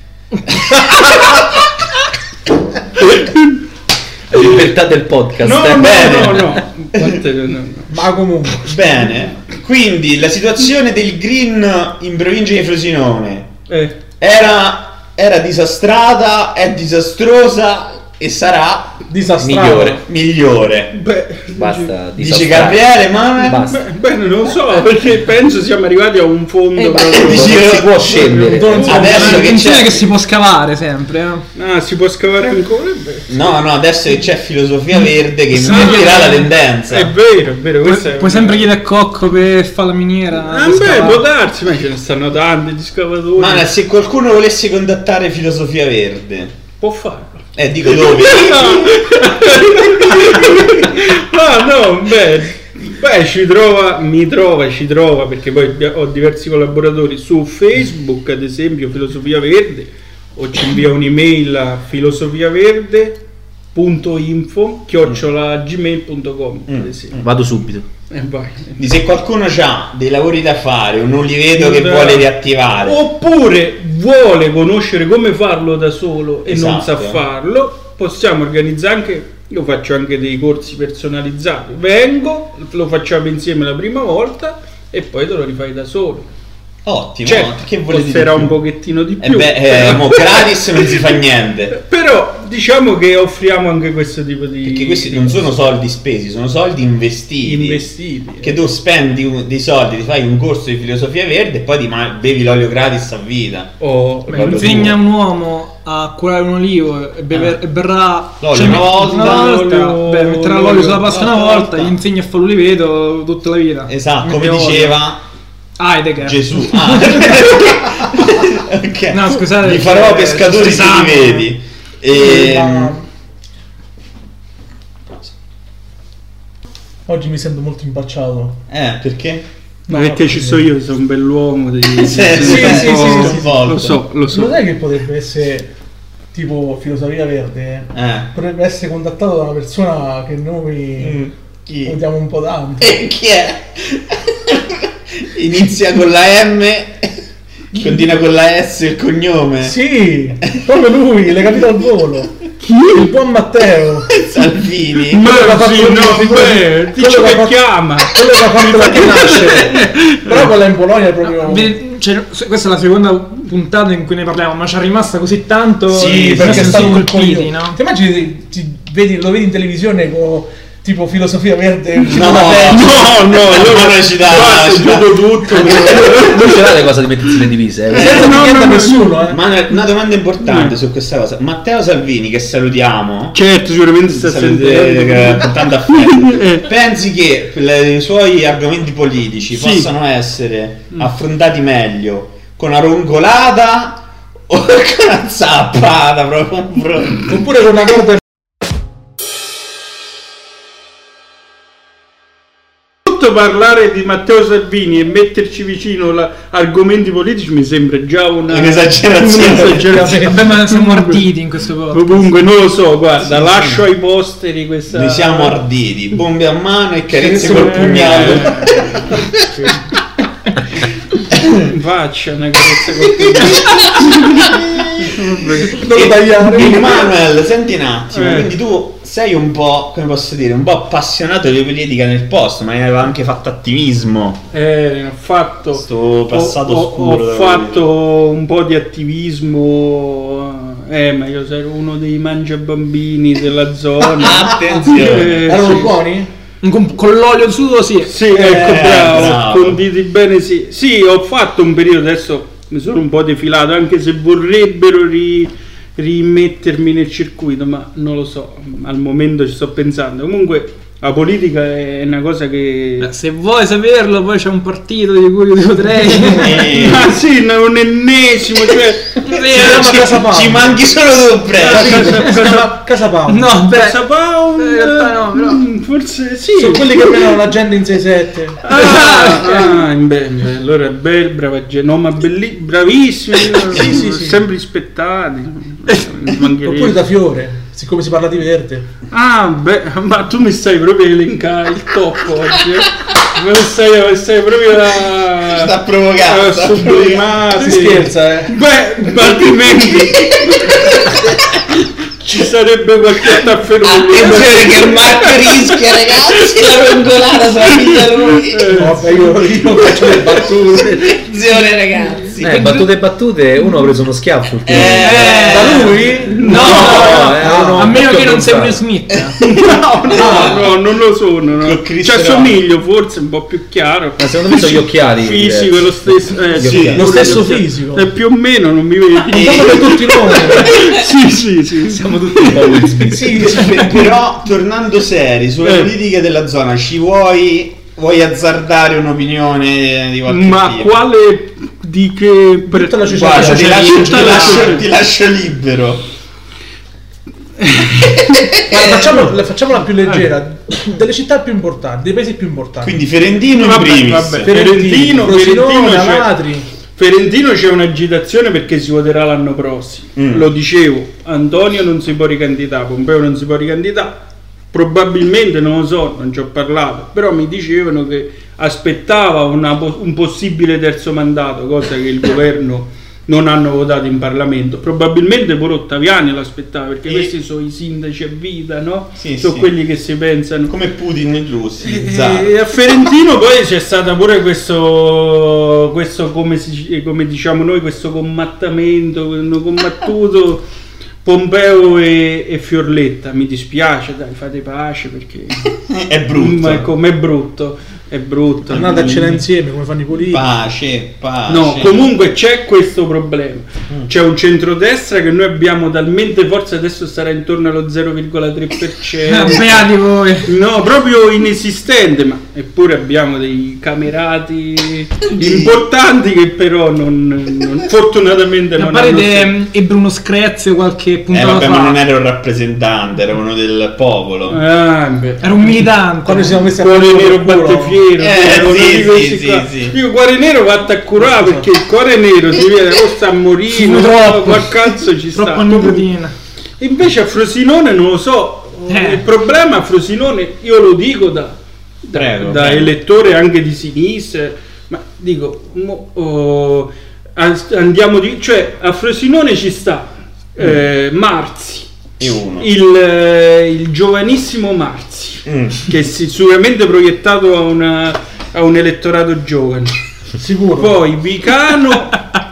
La libertà del podcast. No, eh. no, bene. no, no, a parte- no, no. Ma comunque. Bene, quindi la situazione del green in provincia di Frosinone Eh. era, era disastrata, è disastrosa e sarà Disastrato. Migliore. migliore. Beh, Basta Dice disastrare. Gabriele, ma Basta. beh, beh, non lo so, perché penso siamo arrivati a un fondo Eh, proprio- dici- non si può scendere. Non so- adesso che Attenzione c'è che si può scavare sempre. eh. Ah, si può scavare ancora? Eh beh. No, no, adesso che c'è filosofia verde che Sì. invertirà la tendenza. È vero, è vero. Puoi, questo è- puoi sempre chiedere a Cocco per fare la miniera. Ah, per beh, scavare. può darsi, ma ce ne stanno tanti di scavatori. Ma se qualcuno volesse contattare filosofia verde, Può farlo. eh dico dove? Ah, no, beh, beh, ci trova, mi trova, ci trova, perché poi abbia- ho diversi collaboratori su Facebook, ad esempio Filosofia Verde, o ci invia un'email a filosofiaverde punto info chiocciola gmail punto com, ad esempio. Vado subito. E vai. Di se qualcuno ha dei lavori da fare o non li vedo che Da- vuole riattivare. Oppure vuole conoscere come farlo da solo e non sa Esatto. farlo, possiamo organizzare anche, io faccio anche dei corsi personalizzati, vengo, lo facciamo insieme la prima volta e poi te lo rifai da solo. Ottimo, Certo, che volete di costerà più? un pochettino di Eh più. beh, eh, mo gratis non si fa niente. Però diciamo che offriamo anche questo tipo di... Perché questi non sono soldi spesi, sono soldi investiti. investiti. Che tu spendi un- dei soldi, ti fai un corso di filosofia verde e poi ti ma- bevi l'olio gratis a vita. O- Beh, Quello insegna tuo. un uomo a curare un olivo e, bever- Ah. e berrà L'olio cioè, una volta, volta, l'olio- beh, metterà l'olio l'olio sulla pasta una una volta, volta. gli insegna a fare l'oliveto tutta la vita. Esatto, come Mille volte. diceva Heidegger. Gesù. Ah. Ok. No, scusate, Vi farò eh, pescatori ci se sanno. li vedi. E, Ma- Oggi mi sento molto impacciato. eh, perché? Ma perché ci sto io, sono un bell'uomo. Di, Sì, sì, di- sì, un sì, po'- sì, sì, lo so, lo so. Non è che potrebbe essere tipo filosofia verde? Eh. Potrebbe essere contattato da una persona che noi Mm, chi? odiamo un po' tanto. E chi è? Inizia con la M Continua con la S il cognome. Sì, proprio lui, l'hai capito al volo. Chi? Il buon Matteo. Salvini. Ma Quello che ha fatto sì, la no, figura- beh, quello dice che ha che fatto- chiama. Quello che ha fatto la rinascere. Però quella in Polonia è proprio. Vedi, cioè, questa è la seconda puntata in cui ne parliamo, ma ci è rimasta così tanto. Sì, e Perché è siamo stato un colpiti, coglione. no? Ti immagini, ti- ti vedi, lo vedi in televisione con tipo filosofia verde? No, una penna. No, no, allora ci dà, guarda, ci dà. chiudo tutto. Non ce l'ha le cose di mettersi le divise. eh. Senza no, niente no, a no. nessuno, eh. Ma una- una domanda importante su questa cosa. Matteo Salvini, che salutiamo, Certo, sicuramente sta salute- sentendo. che- con tanto affetto. Eh. Pensi che le- i suoi argomenti politici Sì. possano essere affrontati meglio con una rongolata o con una zappata proprio? proprio? Oppure con una corda. Parlare di Matteo Salvini e metterci vicino la- argomenti politici mi sembra già una Un'esagerazione. un'esagerazione. Vabbè, ma siamo arditi in questo podcast. Comunque non lo so, guarda, Sì, lascio ai posteri questa. Noi siamo arditi, bombe a mano e carezze Sì, col sì. pugnale. In faccia una carezza col Non lo tagliare. E- Manuel, senti un attimo, Eh. quindi tu sei un po', come posso dire, un po' appassionato di politica nel posto, ma aveva anche fatto attivismo. Eh, ho fatto Sto passato ho, ho- scuro ho della fatto un po' di attivismo. Eh, ma io ero uno dei mangiabambini della zona. Attenzione. Eh, Erano sì. buoni? Con, con l'olio sudo, sì. Sì, ecco, bravo, bravo. conditi bene, sì. Sì, ho fatto un periodo, adesso mi sono un po' defilato, anche se vorrebbero ri- rimettermi nel circuito, ma non lo so, al momento ci sto pensando. Comunque la politica è una cosa che... Eh, Se vuoi saperlo, poi c'è un partito di cui io ti potrei. Eh, Ah sì, no, un ennesimo, cioè... chiama Casa Pound. ci manchi solo tu, prego. Casa- Si chiama Casa Pound. No, beh, Casa Pound, in realtà no, però- mm, forse sì. Sono quelli che prendono la gente in sei sette. Ah, ah, beh, beh, allora è bel, brava gente, no, ma belli, bravissimi, Sì, sì, sì. sempre rispettati. Mi mancherebbe. Oppure da Fiore, siccome si parla di verde. Ah, beh, ma tu mi stai proprio a elencare il top oggi. eh? Me lo stai, stai proprio a. Sta provocando, a sta sublimare. Si scherza, eh. Beh, ma altrimenti. Ci sarebbe qualche tafferuglio. Attenzione che Marco rischia, ragazzi, la rongolata sulla figlia lui. Eh, No, vabbè, io, io faccio le battute. Attenzione, ragazzi. Eh, battute e battute, uno ha preso uno schiaffo ultimamente. Eh, Da lui? No, no, eh, no, a meno molto che non sei Will avanzato. Smith. No, no, no, non lo sono. No. Con Chris Ci Rock. assomiglio, forse un po' più chiaro. Ma secondo me sono gli occhiali. Fisico è lo stesso. Eh, Gli sì, occhiali. Lo stesso pure gli occhiali. fisico. Eh, più o meno, non mi vedi. Un po' per tutti noi. Sì, sì, sì. Siamo tutti un po' Will Smith. Sì, per- però tornando seri sulle Eh. politiche della zona, ci vuoi vuoi azzardare un'opinione di qualche Ma tipo? quale di che pre- Tutta la società. Guarda, ti Cioè, lascio, tutta ti la- lascio- ti lascio libero. Guarda, facciamo, la- facciamola più leggera. Delle città più importanti, dei paesi più importanti. Quindi Ferentino in Vabbè, primis. vabbè. Ferentino, Ferentino, Frosinone, Ferentino c'è- Alatri. Ferentino c'è un'agitazione perché si voterà l'anno prossimo. Mm. Lo dicevo, Antonio non si può ricandidare, Pompeo non si può ricandidare. Probabilmente, non lo so, non ci ho parlato, però mi dicevano che aspettava una po- un possibile terzo mandato, cosa che il governo non hanno votato in Parlamento. Probabilmente pure Ottaviani l'aspettava, perché E- questi sono i sindaci a vita, no? Sì, sono sì. quelli che si pensano. Come Putin in Russia. E a Ferentino poi c'è stata pure questo, questo come, si, come diciamo noi, questo commattamento, hanno combattuto Pompeo e, e Fiorletta. Mi dispiace, dai, fate pace perché È brutto. ma è come è brutto, è brutto. Tornate a cena insieme come fanno i politici. Pace, pace. No, comunque c'è questo problema. C'è un centrodestra che noi abbiamo talmente forza, adesso sarà intorno allo zero virgola tre per cento. Beati voi. No, proprio inesistente, ma eppure abbiamo dei camerati importanti che però non, non- fortunatamente A non pare hanno de- ebbe uno screzio qualche Eh puntata vabbè, fa. ma non era un rappresentante, era uno del popolo. Ah, beh. Era un militante. Quando ci siamo messi a Cuore fare nero il culo. batte fiero, Eh, uno sì, di questi sì, qua. sì, sì. Io cuore nero vatte a curare perché il cuore nero si vede o sta a morire Sì, o troppo. qual cazzo ci sta. Troppa nicotina. Invece a Frosinone non lo so, Eh. il problema a Frosinone, io lo dico da, da, Prego, da prego. elettore anche di sinistra, ma dico, mo, oh, andiamo di, cioè a Frosinone ci sta eh, Marzi, uno. Il, eh, il giovanissimo Marzi, Mm. che è sicuramente proiettato a, una, a un elettorato giovane. Sicuro. Poi Vicano,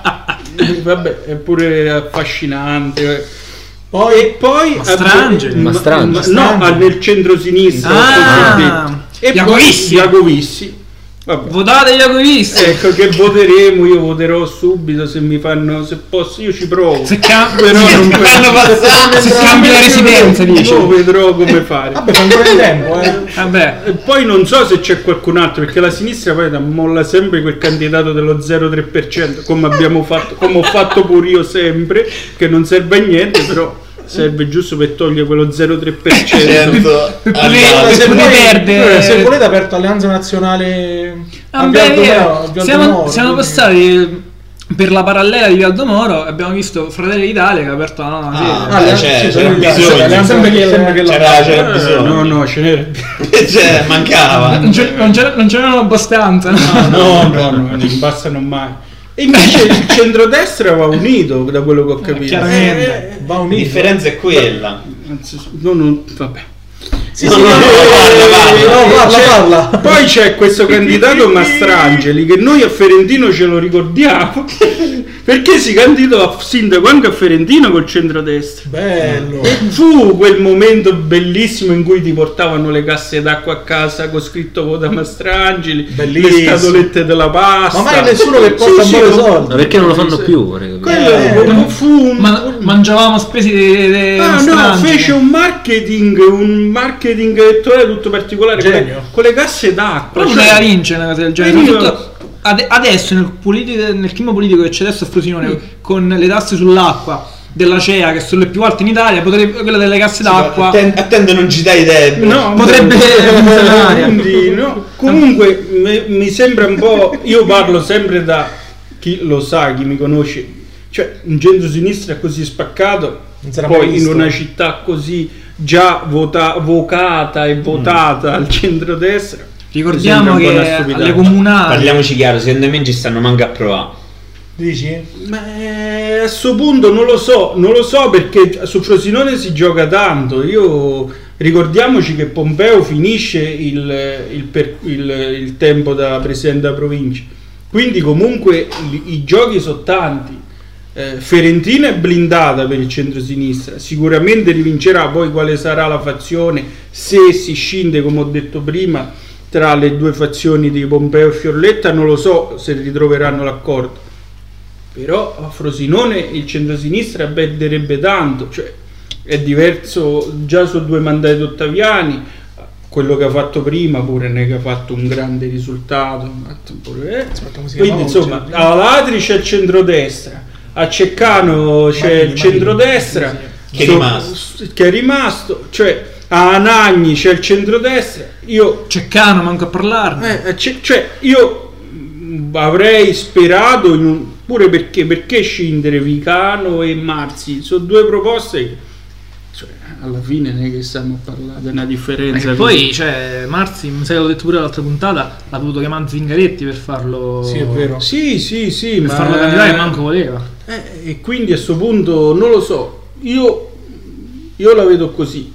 vabbè, è pure affascinante. Poi, E poi Mastrangeli. ma- Mastrangeli. ma- Mastrangeli. no, nel centro-sinistra, Ah, cosiddetto. E Iacovissi. poi Iacovissi. Vabbè. Votate Iacovissi. Ecco che voteremo, io voterò subito se mi fanno, se posso, io ci provo. Se, cam- Però non Fanno passare. se cambia la residenza, dice. Io vedrò come fare. vabbè, fa ancora in tempo, eh. Vabbè. E poi non so se c'è qualcun altro, perché la sinistra poi molla sempre quel candidato dello zero virgola tre per cento, come abbiamo fatto, come ho fatto pure io sempre, che non serve a niente, però serve giusto per togliere quello zero virgola tre per cento. Certo. Per Allora, poter- se, per voi, poter perdere. eh, se volete aperto Alleanza Nazionale Ah, a beh, Vialdo vero. Moro, a Vialdo siamo, Moro, siamo quindi- passati per la parallela di Vialdo Moro e abbiamo visto Fratelli d'Italia che ha aperto la nona Ah, sede. Ah, Beh, Alleanza- c'è- sì, c'era Fratelli d'Italia, bisogno. Alleanza Sempre che- sempre che la- C'era, c'era Eh, bisogno. no, no, ce n'era. Cioè, mancava. Non, c'è- non c'era- non c'erano abbastanza. No, no, no, non bastano mai. E invece il centrodestra va unito, da quello che ho capito. chiaramente. Eh, va La unito. differenza è quella. anzi, no, no, vabbè. Sì, No, sì, no, no, no, parla, parla. no, parla, C'è- parla. Poi c'è questo candidato Mastrangeli che noi a Ferentino ce lo ricordiamo perché si candidò a sindaco anche a Ferentino col centrodestra. Bello. E fu quel momento bellissimo in cui ti portavano le casse d'acqua a casa con scritto vota Mastrangeli, Bellissimo. le scatolette della pasta. Ma mai nessuno che porta Sì, un po' di sì, soldi. Ma perché non lo fanno più? ora che- Quello Eh, fu un, Ma, mangiavamo spesi di, di Ah no, fece un marketing, un marketing elettorale tutto particolare con le, Genio. con le casse d'acqua. Però cioè- poteva vincere una cosa del genere. Veniva- Soprattutto ade- adesso nel, politico- nel clima politico che c'è adesso a Frosinone con le tasse sull'acqua della C E A che sono le più alte in Italia, potrebbe, quella delle casse d'acqua Atten- Attendo, non ci dai idee. No, potrebbe funzionare. quindi, no. Comunque me- mi sembra un po'. Io parlo sempre da chi lo sa, chi mi conosce. Cioè, un centro-sinistra così spaccato, Non sarà mai poi in visto. una città così già vota- vocata e votata al centrodestra. Ricordiamo mi che sembra un po' una alle stupidaggine. comunali Parliamoci chiaro, secondo me ci stanno manco a provare. Dici? Ma eh, a sto punto non lo so, non lo so perché su Frosinone si gioca tanto. Io ricordiamoci che Pompeo finisce il, il, per- il- il tempo da presidente della provincia, quindi comunque i, i giochi sono tanti. Eh, Ferentina è blindata per il centro-sinistra, sicuramente rivincerà. Poi quale sarà la fazione se si scinde, come ho detto prima, tra le due fazioni di Pompeo e Fiorletta, non lo so se ritroveranno l'accordo. Però a Frosinone il centrosinistra perderebbe tanto, cioè è diverso già su due mandati ottaviani, quello che ha fatto prima pure ne che ha fatto un grande risultato, ha fatto pure, eh. Aspetta, come si Quindi chiamava? insomma a Latri c'è il centrodestra, a Ceccano c'è Marini, il centrodestra Marini, Che è so- rimasto. che è rimasto, cioè a Anagni c'è il centrodestra. Io Ceccano manco a parlarne. eh, c'è- cioè io mh, avrei sperato in un, pure perché perché scindere Vicano e Marzi sono due proposte che, cioè, alla fine non è che stiamo a parlare di una differenza. Perché poi, cioè, Marzi, mi sa che l'ho detto pure l'altra puntata, l'ha dovuto chiamare Zingaretti per farlo. Sì, è vero. sì sì sì Per ma farlo candidare, manco voleva. eh, e quindi a sto punto non lo so, io io la vedo così.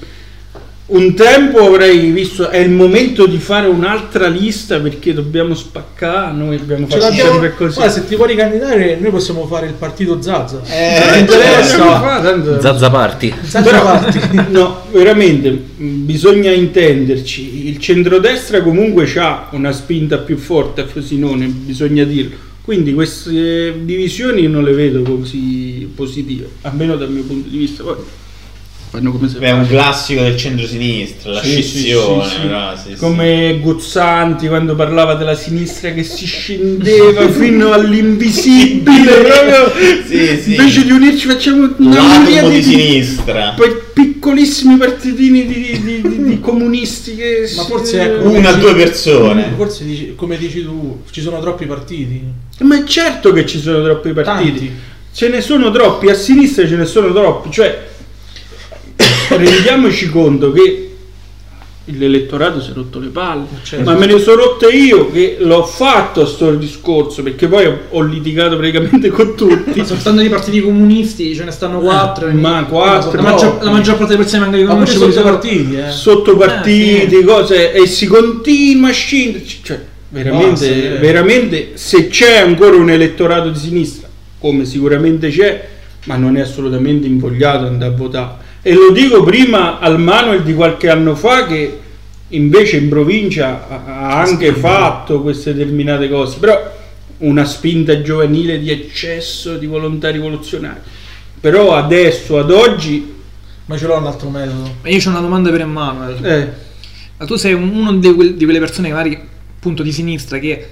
Un tempo avrei visto è il momento di fare un'altra lista perché dobbiamo spaccare, noi abbiamo Ce fatto l'abbiamo- sempre così. Guarda, se ti vuoi candidare, noi possiamo fare il partito Zazza. Eh, ti interessa? Possiamo fare, tanto- Zazza Party. Zazza Però- parti. no, veramente mh, bisogna intenderci. Il centrodestra comunque ha una spinta più forte a Frosinone, bisogna dirlo. Quindi queste divisioni non le vedo così positive, almeno dal mio punto di vista. Poi fanno come se È un classico del centro-sinistra, la Sì, sì, scissione. sì, sì. però, sì, sì. come Guzzanti quando parlava della sinistra che si scendeva fino all'invisibile proprio. Sì, sì. Invece di unirci facciamo una L'atomo miriade di di sinistra. poi piccolissimi partitini di, di- di- di comunisti che Ma si- forse ecco, Una o dici- due persone. Forse dici- come dici tu, ci sono troppi partiti. ma è certo che ci sono troppi partiti, Tanti. ce ne sono troppi, a sinistra ce ne sono troppi, cioè rendiamoci conto che l'elettorato si è rotto le palle, Certo. ma me ne sono rotte io che l'ho fatto sto discorso, perché poi ho, ho litigato praticamente con tutti. Ma soltanto di partiti comunisti ce ne stanno quattro. Ma quattro, la, maggior, no. la maggior parte delle persone magari Ma pure conosce sotto quelli partiti, eh. Sottopartiti, Eh, sì. cose, e si continua a scendere, cioè veramente, Basta, eh. veramente se c'è ancora un elettorato di sinistra, come sicuramente c'è, ma non è assolutamente invogliato ad andare a votare. E lo dico prima al Manuel di qualche anno fa, che invece in provincia ha- ha anche fatto queste determinate cose, però una spinta giovanile di eccesso di volontà rivoluzionaria. Però adesso, ad oggi, Ma ce l'ho un altro metodo. Io ho una domanda per Emanuele. eh, Ma tu sei uno di, quel- di quelle persone che magari appunto di sinistra che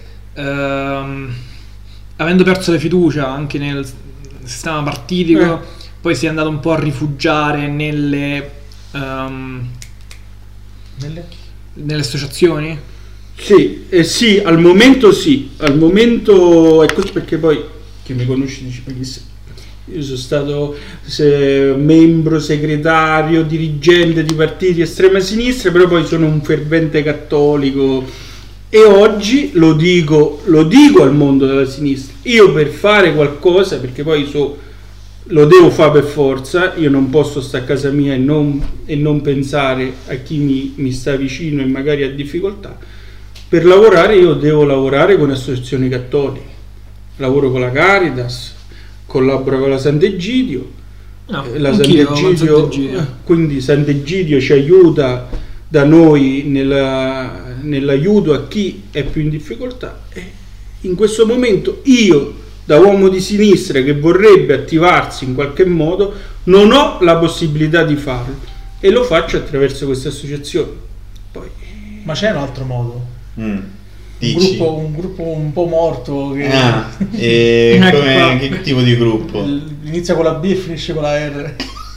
ehm, avendo perso la fiducia anche nel sistema partitico, Eh. poi si è andato un po' a rifugiare nelle ehm, Nelle... nelle associazioni? sì, eh sì, al momento sì, al momento è così, perché poi chi mi conosce dice "Ma chi sei?" Io sono stato se- membro, segretario, dirigente di partiti estrema sinistra, però poi sono un fervente cattolico e oggi lo dico, lo dico al mondo della sinistra, io per fare qualcosa, perché poi so, lo devo fare per forza, io non posso stare a casa mia e non, e non pensare a chi mi, mi sta vicino e magari ha difficoltà. Per lavorare io devo lavorare con associazioni cattoliche, lavoro con la Caritas, collaboro con la Sant'Egidio, No, eh, la anch'io con Sant'Egidio, Sant'Egidio. eh, quindi Sant'Egidio ci aiuta da noi nella- nell'aiuto a chi è più in difficoltà, e in questo momento io, da uomo di sinistra che vorrebbe attivarsi in qualche modo, non ho la possibilità di farlo e lo faccio attraverso queste associazioni. Poi Ma c'è un altro modo. Mm. Un Dici? gruppo, un gruppo un po' morto che Ah, e Ecco come, qua. che tipo di gruppo? inizia con la B e finisce con la R.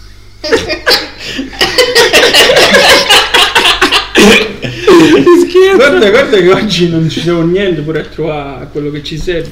guarda, guarda che oggi non ci siamo niente pure a trovare quello che ci serve.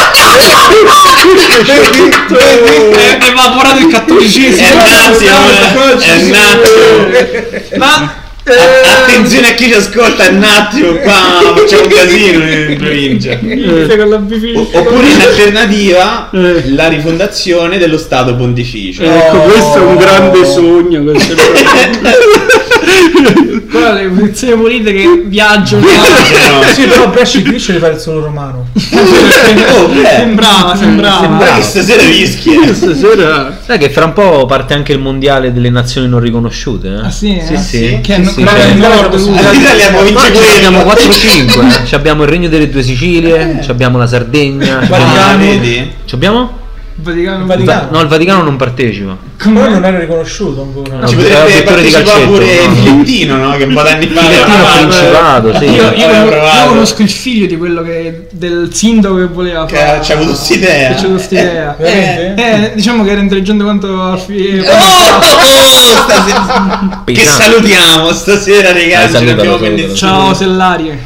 È evaporato il cattolicesimo. È nato, è nato. Ma A- Attenzione a chi ci ascolta, è un attimo, qua facciamo un casino in provincia. inizia con la B O- finisce. Oppure in alternativa Eh. la rifondazione dello Stato Pontificio. Ecco, Oh. questo è un grande sogno. Questo è proprio- Qua le posizioni politiche viaggiano. No, Sì, però Bresci finisce di fare il solo romano. oh, beh. Sembrava, sembrava. Guarda che stasera vischi, eh. Stasera Sai che fra un po' parte anche il mondiale delle nazioni non riconosciute? Eh? Ah sì? Sì, eh? sì. Che Sì, no- sì, Corea cioè- del Nord, lui. L'Italia può vincere Noi abbiamo quello. quattro cinque, eh. Ci abbiamo il Regno delle Due Sicilie, ci abbiamo la Sardegna, ci Ah, abbiamo... vedi? ci abbiamo? Vaticano. Vaticano. Va- no, il Vaticano non partecipa. Però non era riconosciuto ancora. No. Ci è potrebbe un pittore di partecipare calcetto, pure no? il Filettino, no? Che un po' d'anni fa Filettino aveva- Principato, sì. Io, io, Aveva io provato. conosco il figlio di quello che del sindaco che voleva Che fare. c'ha avuto quest'idea. Che c'ha avuto quest'idea. Veramente? Eh, diciamo che era intelligente quanto Alfie. Oh, stasera- che Pesante. salutiamo stasera, ragazzi. Eh, non salutalo, abbiamo per salutalo. nessuno. Ciao Sellarie.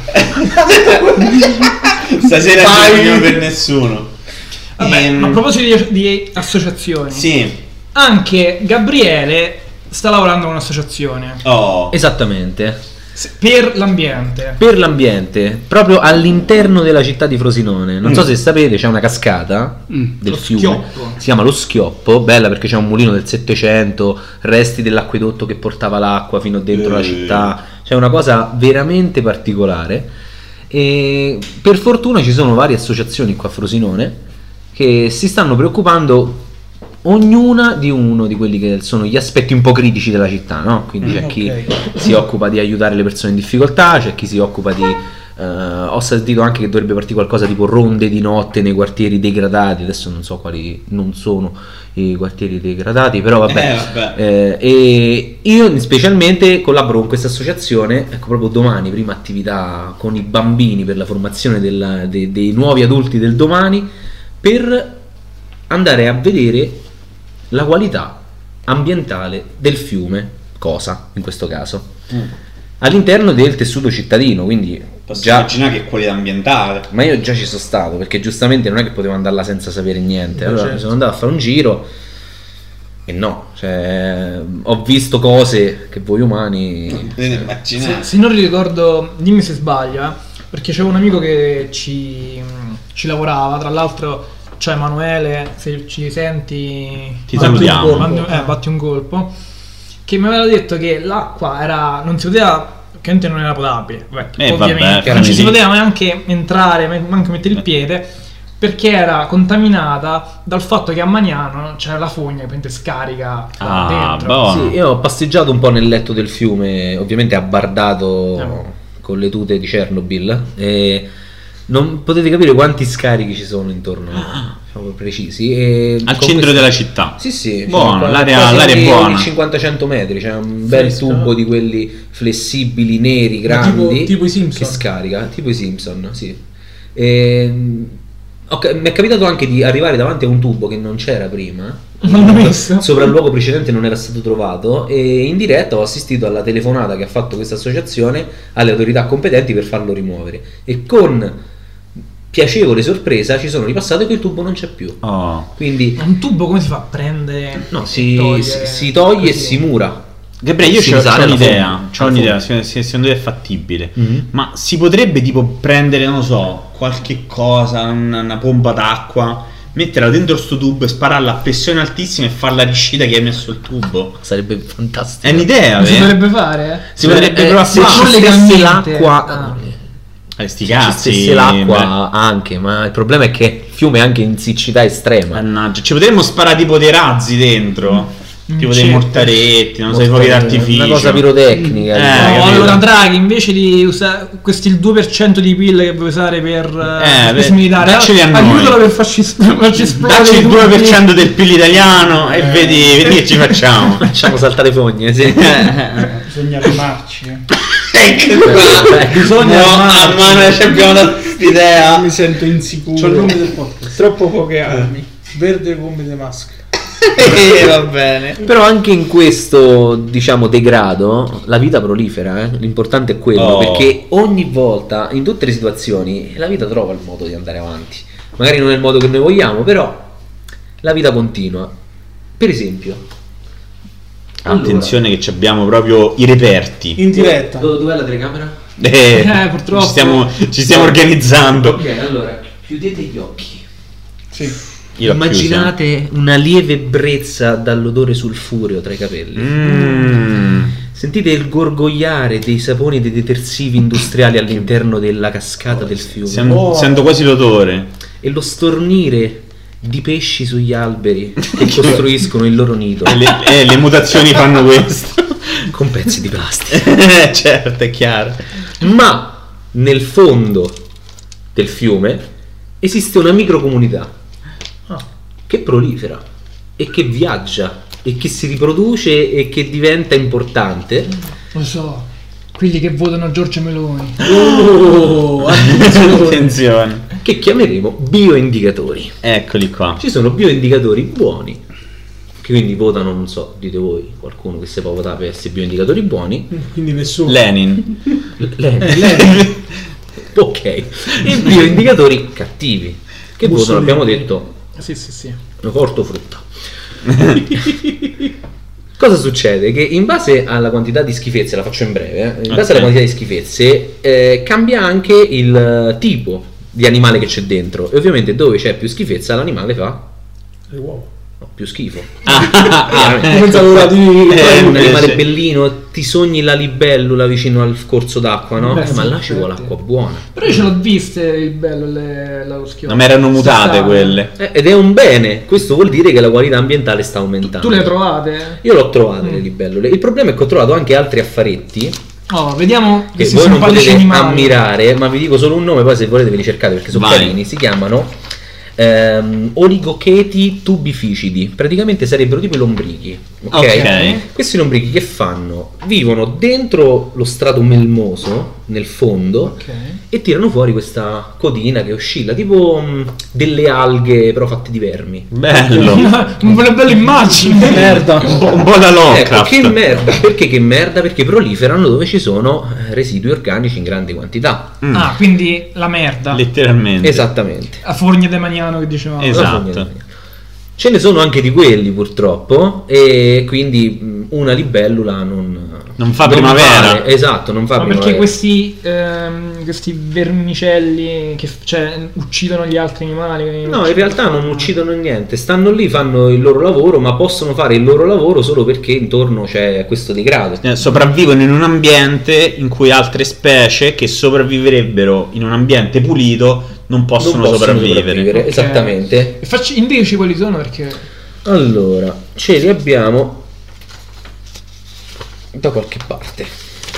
Stasera non Vai. abbiamo per nessuno. Vabbè, Ehm, ma a proposito di, di associazioni, Sì. anche Gabriele sta lavorando con un'associazione Oh. Esattamente. se- per l'ambiente. Per l'ambiente, proprio all'interno della città di Frosinone. Non so Mm. se sapete, c'è una cascata Mm. del Lo fiume. Schioppo. Si chiama lo Schioppo, bella perché c'è un mulino del settecento, resti dell'acquedotto che portava l'acqua fino dentro la Eh. città. C'è una cosa veramente particolare. E per fortuna ci sono varie associazioni qua a Frosinone che si stanno preoccupando ognuna di uno di quelli che sono gli aspetti un po' critici della città, no? Quindi c'è Mm, chi ok. si occupa di aiutare le persone in difficoltà, c'è chi si occupa di eh, ho sentito anche che dovrebbe partire qualcosa tipo ronde di notte nei quartieri degradati, adesso non so quali non sono i quartieri degradati, però vabbè. Eh, vabbè. Eh, e io specialmente collaboro con questa associazione, ecco proprio domani, prima attività con i bambini per la formazione della- de- dei nuovi adulti del domani, per andare a vedere la qualità ambientale del fiume Cosa, in questo caso, Mm. all'interno del tessuto cittadino, quindi Posso già... immaginare che qualità ambientale. Ma io già ci sono stato, perché giustamente non è che potevo andare là senza sapere niente. Beh, Allora certo. mi sono andato a fare un giro e no, cioè, ho visto cose che voi umani... Potete immaginare. Se, se non ricordo, dimmi se sbaglio, eh, perché c'era un amico che ci, ci lavorava, tra l'altro, cioè Emanuele, se ci senti... Ti batti un salutiamo. colpo, batti- eh, batti un colpo, che mi aveva detto che l'acqua era, non si poteva... Ovviamente non era potabile, beh, Eh, ovviamente, vabbè, non ci si chiaramente. poteva neanche entrare, neanche mettere il piede, perché era contaminata dal fatto che a Magnano c'era la fogna che scarica Ah, dentro. buono. Sì, io ho passeggiato un po' nel letto del fiume, ovviamente abbardato Eh. con le tute di Chernobyl, e non potete capire quanti scarichi ci sono intorno, diciamo precisi. E Al con centro questo- della città. Sì, sì, Buono, cioè, l'area- quasi l'area è ogni- buona. ogni cinquanta cento metri c'è un bel Fresco. tubo di quelli flessibili, neri, Ma grandi, tipo- tipo i Simpson. che scarica, tipo i Simpson, sì. E, ok, mi è capitato anche di arrivare davanti a un tubo che non c'era prima, L'hanno messo. sopra il luogo precedente non era stato trovato, e in diretta ho assistito alla telefonata che ha fatto questa associazione alle autorità competenti per farlo rimuovere, e con piacevole sorpresa ci sono ripassato che il tubo non c'è più. Oh. Quindi Un tubo come si fa a prendere? no, e si, togliere si- si toglie e così? si mura. Gabriele, io Si c'ho, risale c'ho alla un'idea, fonte. c'ho Alla un'idea, fonte. se, se secondo te è fattibile. Mhm. Ma si potrebbe tipo prendere, non lo so, qualche cosa, una, una pompa d'acqua, metterla dentro sto tubo e spararla a pressione altissima e farla riscire chi ha messo il tubo? Sarebbe fantastico. È un'idea, Si vero? dovrebbe fare? eh? Si potrebbe Eh, provare a se fare. ci non stesse legalmente. l'acqua, Ah. Eh, sti se ci cazzi. stesse l'acqua anche, ma il problema è che il fiume è anche in siccità beh, estrema. Mannaggia, ci potremmo sparare tipo dei razzi dentro. Mm, Tipo dei certo. mortaretti, non so, i fuochi d'artificio. Una cosa pirotecnica. Eh, diciamo. No, capito. allora Draghi, invece di usare questi il due per cento di pille che vuoi usare per Eh, eh, beh, spese militari, dacceli a noi. aiutalo per farci, farci esplodere Dacci il tutti. due per cento del P I L italiano e vedi, vedi che ci facciamo. Facciamo saltare fogne, sì. Bisogna rimarci. eh. Ecco qua. Bisogna No, armarsi. a mano ci abbiamo dato quest'idea. Mi sento insicuro. C'ho il nome del podcast. Troppo poche armi. Verde come le maschere. Eh, va bene. Però anche in questo, diciamo, degrado la vita prolifera, eh? L'importante è quello, Oh. perché ogni volta, in tutte le situazioni, la vita trova il modo di andare avanti. Magari non è il modo che noi vogliamo, però la vita continua. Per esempio, Attenzione che ci abbiamo proprio i reperti. In diretta. Dove, dov'è la telecamera? Eh, Eh, purtroppo. Ci stiamo, ci stiamo organizzando. Ok, allora, chiudete gli occhi. Sì. Io l'ho Immaginate una lieve ebbrezza dall'odore sulfureo tra i capelli. chiusa. Mm. Sentite il gorgogliare dei saponi e dei detersivi industriali all'interno della cascata del fiume. Sento, Oh. sento quasi l'odore. E lo stornire di pesci sugli alberi che costruiscono il loro nido E le, eh, le mutazioni fanno questo. con pezzi di plastica. Eh, certo, è chiaro. Ma nel fondo del fiume esiste una microcomunità che prolifera e che viaggia e che si riproduce e che diventa importante. Lo so, quelli che votano Giorgia Meloni. Oh, attenzione. Attenzione. Che chiameremo bioindicatori. Eccoli qua. Ci sono bioindicatori buoni, che quindi votano, non so, dite voi, qualcuno che si può votare per essere bioindicatori buoni. Quindi nessuno. Lenin. Lei. Ok. E bioindicatori cattivi, che votano, Mussolini. abbiamo detto, Sì, sì, sì. ortofrutta. Cosa succede? Che in base alla quantità di schifezze, la faccio in breve, eh, in base Ok. alla quantità di schifezze eh, cambia anche il tipo di animale che c'è dentro, e ovviamente dove c'è più schifezza l'animale fa Le uova. no, più schifo. Ah, Chiaramente. Pensavo la di- Eh, un animale invece- bellino, ti sogni la libellula vicino al corso d'acqua, no? Beh, Eh, ma sì, là ci vuole infatti. acqua buona. Però io ce l'ho viste il bello le, la, lo schioppo. Non erano mutate Sì, quelle. Eh, ed è un bene, questo vuol dire che la qualità ambientale sta aumentando. Tu le hai trovate? Io l'ho trovate le Mm. libellule. Il problema è che ho trovato anche altri affaretti Oh, vediamo che se voi sono non pallici potete animali. ammirare, ma vi dico solo un nome, poi se volete ve li cercate perché sono Vai. carini. Si chiamano ehm, oligocheti tubificidi, praticamente sarebbero tipo i lombrichi. Ok? Ok. Questi lombrichi che fanno? Vivono dentro lo strato melmoso, nel fondo, Ok. e tirano fuori questa codina che oscilla, tipo mh, delle alghe però fatte di vermi. Bello. Una bella immagine. Merda. Un po', un po' da Ecco, Lovecraft. che merda, perché che merda? Perché proliferano dove ci sono eh, residui organici in grandi quantità. Mm. Ah, quindi la merda. Letteralmente. Esattamente. A Fornia de Magnano che dicevamo. Esatto. La fogna di Magnano. Ce ne sono anche di quelli purtroppo, e quindi mh, una libellula non, Non fa Non primavera. vale, esatto, non fa Ma primavera. perché questi, ehm, questi vermicelli che cioè, uccidono gli altri animali? No, in realtà non uccidono niente, stanno lì, fanno il loro lavoro, ma possono fare il loro lavoro solo perché intorno c'è questo degrado. Eh, sopravvivono in un ambiente in cui altre specie che sopravviverebbero in un ambiente pulito non possono, Non possono sopravvivere. sopravvivere. Ok. Esattamente. E facci, indici quali sono perché... Allora, ce li abbiamo da qualche parte.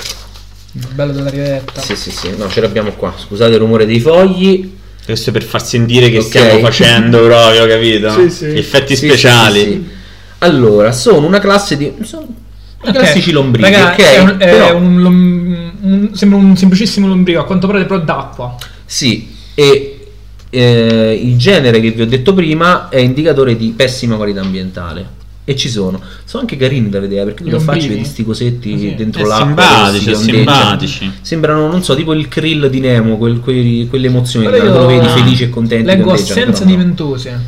Bello della rietta. Sì, sì, sì, no, ce l'abbiamo qua. Scusate il rumore dei fogli. Questo è per far sentire che Ok. stiamo facendo proprio, capito? Sì, sì. Gli effetti Sì, speciali. sì, sì, sì. Allora, sono una classe di... sono i classici lombrichi, Raga, ok? è un, è Però- un lom- un- sembra un semplicissimo lombrico, a quanto pare però d'acqua. Sì, e eh, il genere che vi ho detto prima è indicatore di pessima qualità ambientale. E ci sono, sono anche carini da vedere perché tu I da facci lombrichi? vedi sti cosetti Sì. dentro È l'acqua. simpatici, che è si ondeggiano. simpatici. Sembrano, non so, tipo il krill di Nemo, quel- quei- quelle emozioni Però quando lo io vedi felici e contenti. che leggo ondeggiano, assenza però di no. ventose.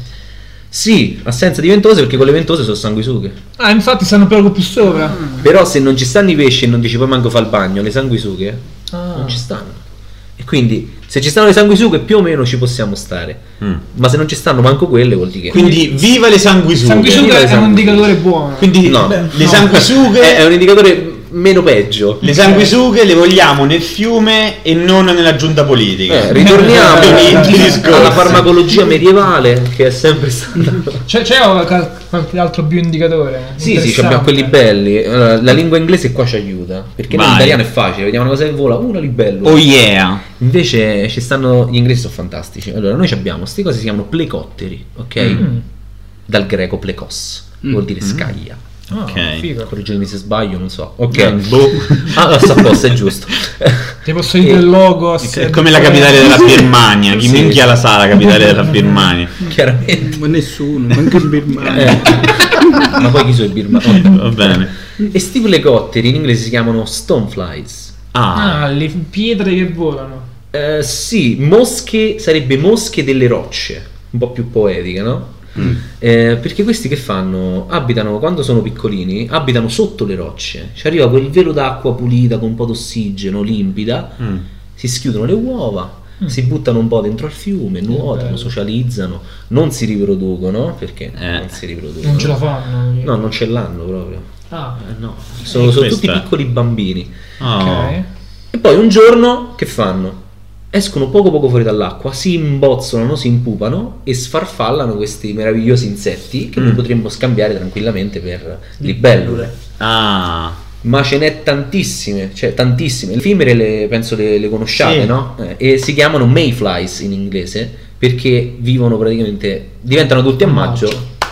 Sì, assenza di ventose perché con le ventose sono sanguisughe. Ah, infatti stanno proprio più sopra. Però se non ci stanno i pesci e non dici poi manco fa il bagno, le sanguisughe Ah. non ci stanno. E quindi se ci stanno le sanguisughe più o meno ci possiamo stare. Mm. Ma se non ci stanno manco quelle vuol dire che... Quindi viva le sanguisughe. Sanguisughe Viva le è un sanguisughe. indicatore buono. Quindi No. le No. sanguisughe è, è un indicatore meno peggio. le sanguisughe le vogliamo nel fiume e non nella giunta politica. Eh, ritorniamo Finiti i discorsi. alla farmacologia medievale che è sempre stata... C'è, c'è qual- qualche altro più indicatore? Sì, sì, Interessante. abbiamo quelli belli. Allora, la lingua inglese qua ci aiuta. Perché noi in Vai. italiano è facile, vediamo una cosa che vola, una libello. Oh yeah. Invece ci stanno, gli inglesi sono fantastici. Allora, noi ci abbiamo queste cose si chiamano plecotteri, ok? Mm. Dal greco plecos, vuol dire scaglia. Ah, Ok. figo. Correggetemi se sbaglio, non so. Ok. Eh, boh. Ah, sta a posto, è giusto. Ti posso dire E- il logos. È come la capitale della Birmania. Chi Sì. minchia la sa la capitale della Birmania? Chiaramente. Ma nessuno, manco in Birmania. Eh. Ma poi chi sono i birmani? Va bene. E sti plecotteri in inglese si chiamano stoneflies. Ah, Ah, le pietre che volano. Eh, sì, mosche sarebbe mosche delle rocce, un po' più poetica, no? Mm. Eh, perché questi che fanno? Abitano, quando sono piccolini, abitano sotto le rocce. Ci arriva quel velo d'acqua pulita con un po' d'ossigeno, limpida, Mm. si schiudono le uova, si buttano un po' dentro al fiume, nuotano, bello. socializzano, non si riproducono, perché Eh. non si riproducono. Non ce la fanno. No, non ce l'hanno proprio. Ah, Eh, no. Sono, E sono questo tutti è- piccoli bambini. Oh. ok. E poi un giorno che fanno? Escono poco poco fuori dall'acqua, si imbozzolano, si impupano e sfarfallano questi meravigliosi insetti che noi Mm. potremmo scambiare tranquillamente per libellule. Ah. Ma ce n'è tantissime, cioè tantissime. Le effimere le, penso le, le conosciate, Sì. no? Eh, e si chiamano mayflies in inglese perché vivono praticamente, diventano adulti a maggio.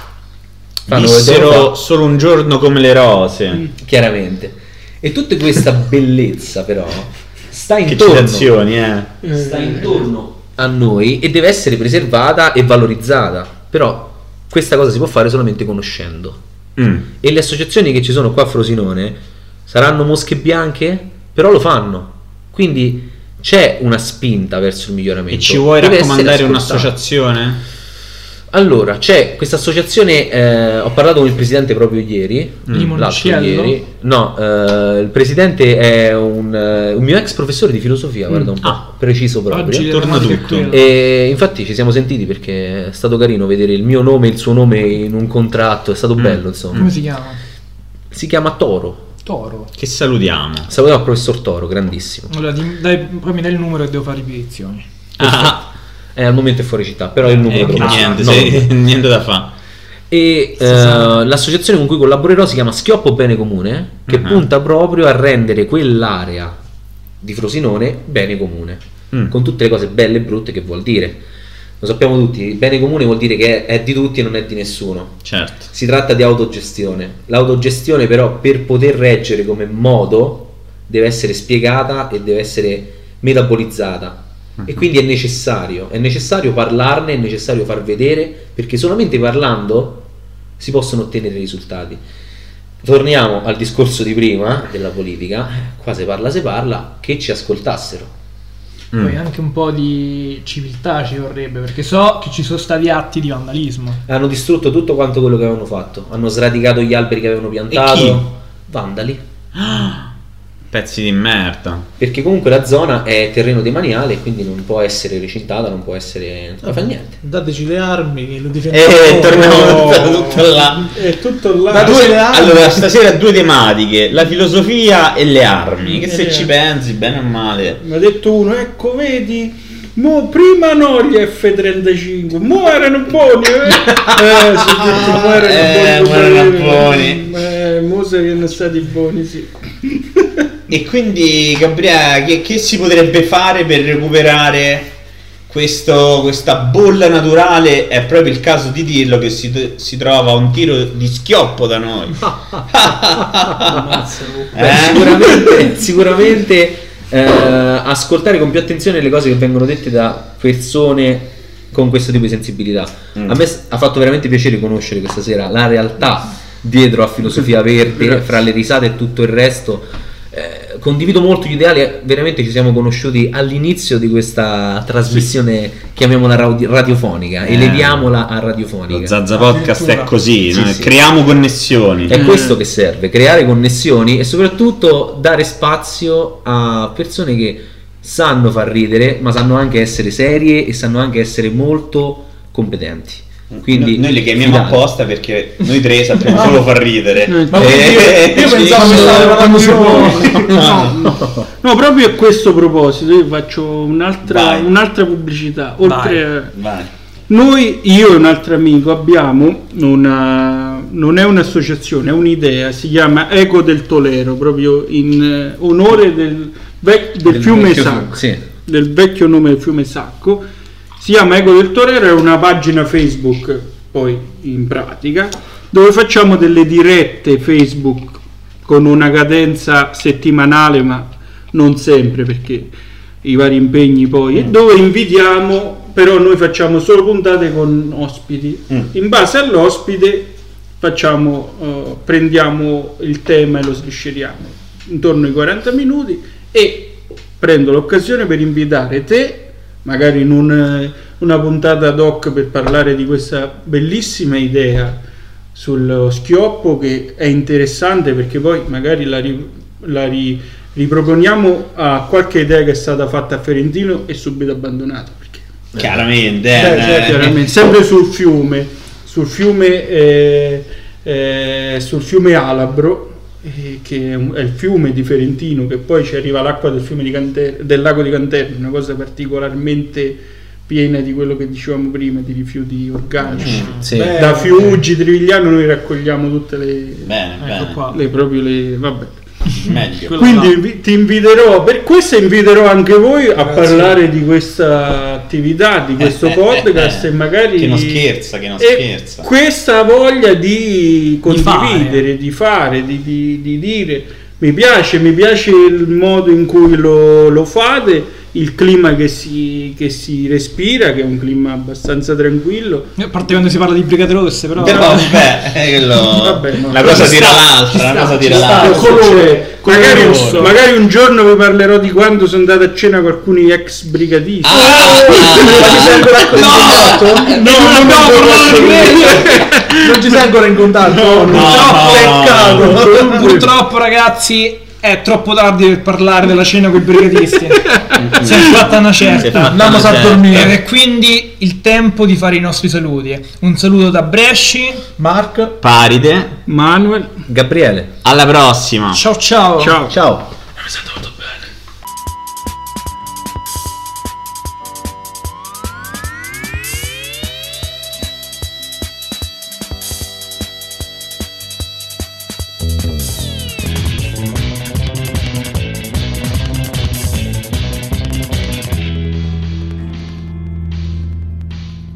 Fanno Vissero devono solo un giorno come le rose. fare- chiaramente. E tutta questa bellezza però sta Che intorno citazioni, eh. sta intorno a noi e deve essere preservata e valorizzata. Però questa cosa si può fare solamente conoscendo. Mm. E le associazioni che ci sono qua a Frosinone saranno mosche bianche, però lo fanno. Quindi c'è una spinta verso il miglioramento. E ci vuoi Deve raccomandare essere ascoltato. un'associazione? Allora, c'è questa associazione, eh, ho parlato con il presidente proprio ieri, l'altro Limoncello? ieri. No, eh, il presidente è un, eh, un mio ex professore di filosofia, guarda un po', Ah. preciso proprio. Oggi Torna la tematica è tutto. quella. E infatti ci siamo sentiti perché è stato carino vedere il mio nome e il suo nome in un contratto, è stato bello insomma. Come si chiama? Si chiama Toro. Toro. Che salutiamo. Salutiamo il professor Toro, grandissimo. Allora, di- dai, poi mi dai il numero e devo fare ripetizioni. Ah, Eh, al momento è fuori città, però è il numero eh, te lo passo. niente, No, se- niente da fare. E eh, l'associazione con cui collaborerò si chiama Schioppo Bene Comune, che Mhm. punta proprio a rendere quell'area di Frosinone bene comune, Mm. con tutte le cose belle e brutte che vuol dire. Lo sappiamo tutti, bene comune vuol dire che è, è di tutti e non è di nessuno. Certo. Si tratta di autogestione. L'autogestione però per poter reggere come modo deve essere spiegata e deve essere metabolizzata. E quindi è necessario, è necessario parlarne, è necessario far vedere, perché solamente parlando si possono ottenere risultati. Torniamo al discorso di prima della politica, qua se parla se parla, che ci ascoltassero. Mm. Poi anche un po' di civiltà ci vorrebbe, perché so che ci sono stati atti di vandalismo. Hanno distrutto tutto quanto quello che avevano fatto, hanno sradicato gli alberi che avevano piantato. chi? Vandali. Ah, Pezzi di merda. Perché comunque la zona è terreno demaniale, quindi non può essere recintata, non può essere... non fa niente. Dateci le armi, lo E difendiamo. torniamo tutto là. È tutto là. Da Due- le armi. allora, stasera due tematiche: la filosofia e le armi. Che Eh, se eh. ci pensi, bene o male. Mi ha detto uno, ecco vedi, mo prima no gli F trentacinque, mo erano buoni, eh, eh, si è detto, mo erano Eh, buoni, mo erano buoni, buoni. eh, mo saranno stati buoni, sì. E quindi, Gabriele, che, che si potrebbe fare per recuperare questo, questa bolla naturale? È proprio il caso di dirlo che si, si trova a un tiro di schioppo da noi. Beh, Eh? sicuramente, sicuramente eh, ascoltare con più attenzione le cose che vengono dette da persone con questo tipo di sensibilità. Mm. A me s- ha fatto veramente piacere conoscere questa sera la realtà dietro a Filosofia Verde, fra le risate e tutto il resto. Eh, condivido molto gli ideali, eh, veramente ci siamo conosciuti all'inizio di questa trasmissione, chiamiamola radi- radiofonica, Eh. eleviamola a radiofonica. Lo Zazza Podcast è Addirittura. così, Sì, noi sì. creiamo connessioni. È questo che serve, creare connessioni e soprattutto dare spazio a persone che sanno far ridere, ma sanno anche essere serie e sanno anche essere molto competenti. Quindi noi, noi le chiamiamo fidate. apposta perché noi tre sappiamo solo far ridere. Ma Eh, io, io sì. pensavo che stavo parlando su No, no, proprio a questo proposito io faccio un'altra, Vai. un'altra pubblicità. Oltre a- Vai. noi, io e un altro amico abbiamo una, non è un'associazione, è un'idea, si chiama Eco del Tolero, proprio in eh, onore del, vec- del, Del fiume vecchio Sacco, fiume, sì. del vecchio nome del fiume Sacco. Si chiama Eco del Tolero, è una pagina Facebook poi in pratica dove facciamo delle dirette Facebook con una cadenza settimanale, ma non sempre perché i vari impegni poi, e dove invitiamo, però noi facciamo solo puntate con ospiti. Mm. In base all'ospite facciamo, eh, prendiamo il tema e lo svisceriamo intorno ai quaranta minuti, e prendo l'occasione per invitare te, magari in un, una puntata ad hoc, per parlare di questa bellissima idea sullo schioppo, che è interessante perché poi magari la, ri- la ri- riproponiamo a qualche idea che è stata fatta a Ferentino e subito abbandonata, perché Chiaramente, Beh, eh, cioè, eh. chiaramente, sempre sul fiume, sul fiume, eh, eh, sul fiume Alabro, eh, che è, un- è il fiume di Ferentino, che poi ci arriva l'acqua del fiume di Canter- del lago di Canterno, una cosa particolarmente piena di quello che dicevamo prima, di rifiuti organici. Sì. Beh, Da Fiuggi, Trivigliano noi raccogliamo tutte le, Bene, Ecco bene. qua. le proprio le vabbè. Meglio. Quello Quindi là. invi- ti inviterò, per questo inviterò anche voi a Grazie. parlare di questa attività, di questo Eh, eh, podcast, eh, eh. e magari Che non scherza, che non e scherza. questa voglia di condividere, fare. di fare, di, di- di dire mi piace, mi piace il modo in cui lo, lo fate, il clima che si, che si respira, che è un clima abbastanza tranquillo. A parte quando si parla di Brigate Rosse, però. Però vabbè, eh, quello- Vabbè, ma- una cosa ci tira sta, l'altra, ci una sta, cosa ci tira sta. l'altra. Il colore, magari, rosso. magari un giorno vi parlerò di quando sono andato a cena con alcuni ex brigatisti. Ah, No, non abbiamo parlato di Non ci sei ancora in contatto? No, no, no, peccato. Purtroppo, ragazzi, è troppo tardi per parlare della cena con i brigatisti. Si è fatta una Si è certa. fatta Andiamo una a certa. dormire. E quindi il tempo di fare i nostri saluti. Un saluto da Bresci. Mark? Paride, Manuel, Gabriele, alla prossima. Ciao ciao. ciao. ciao.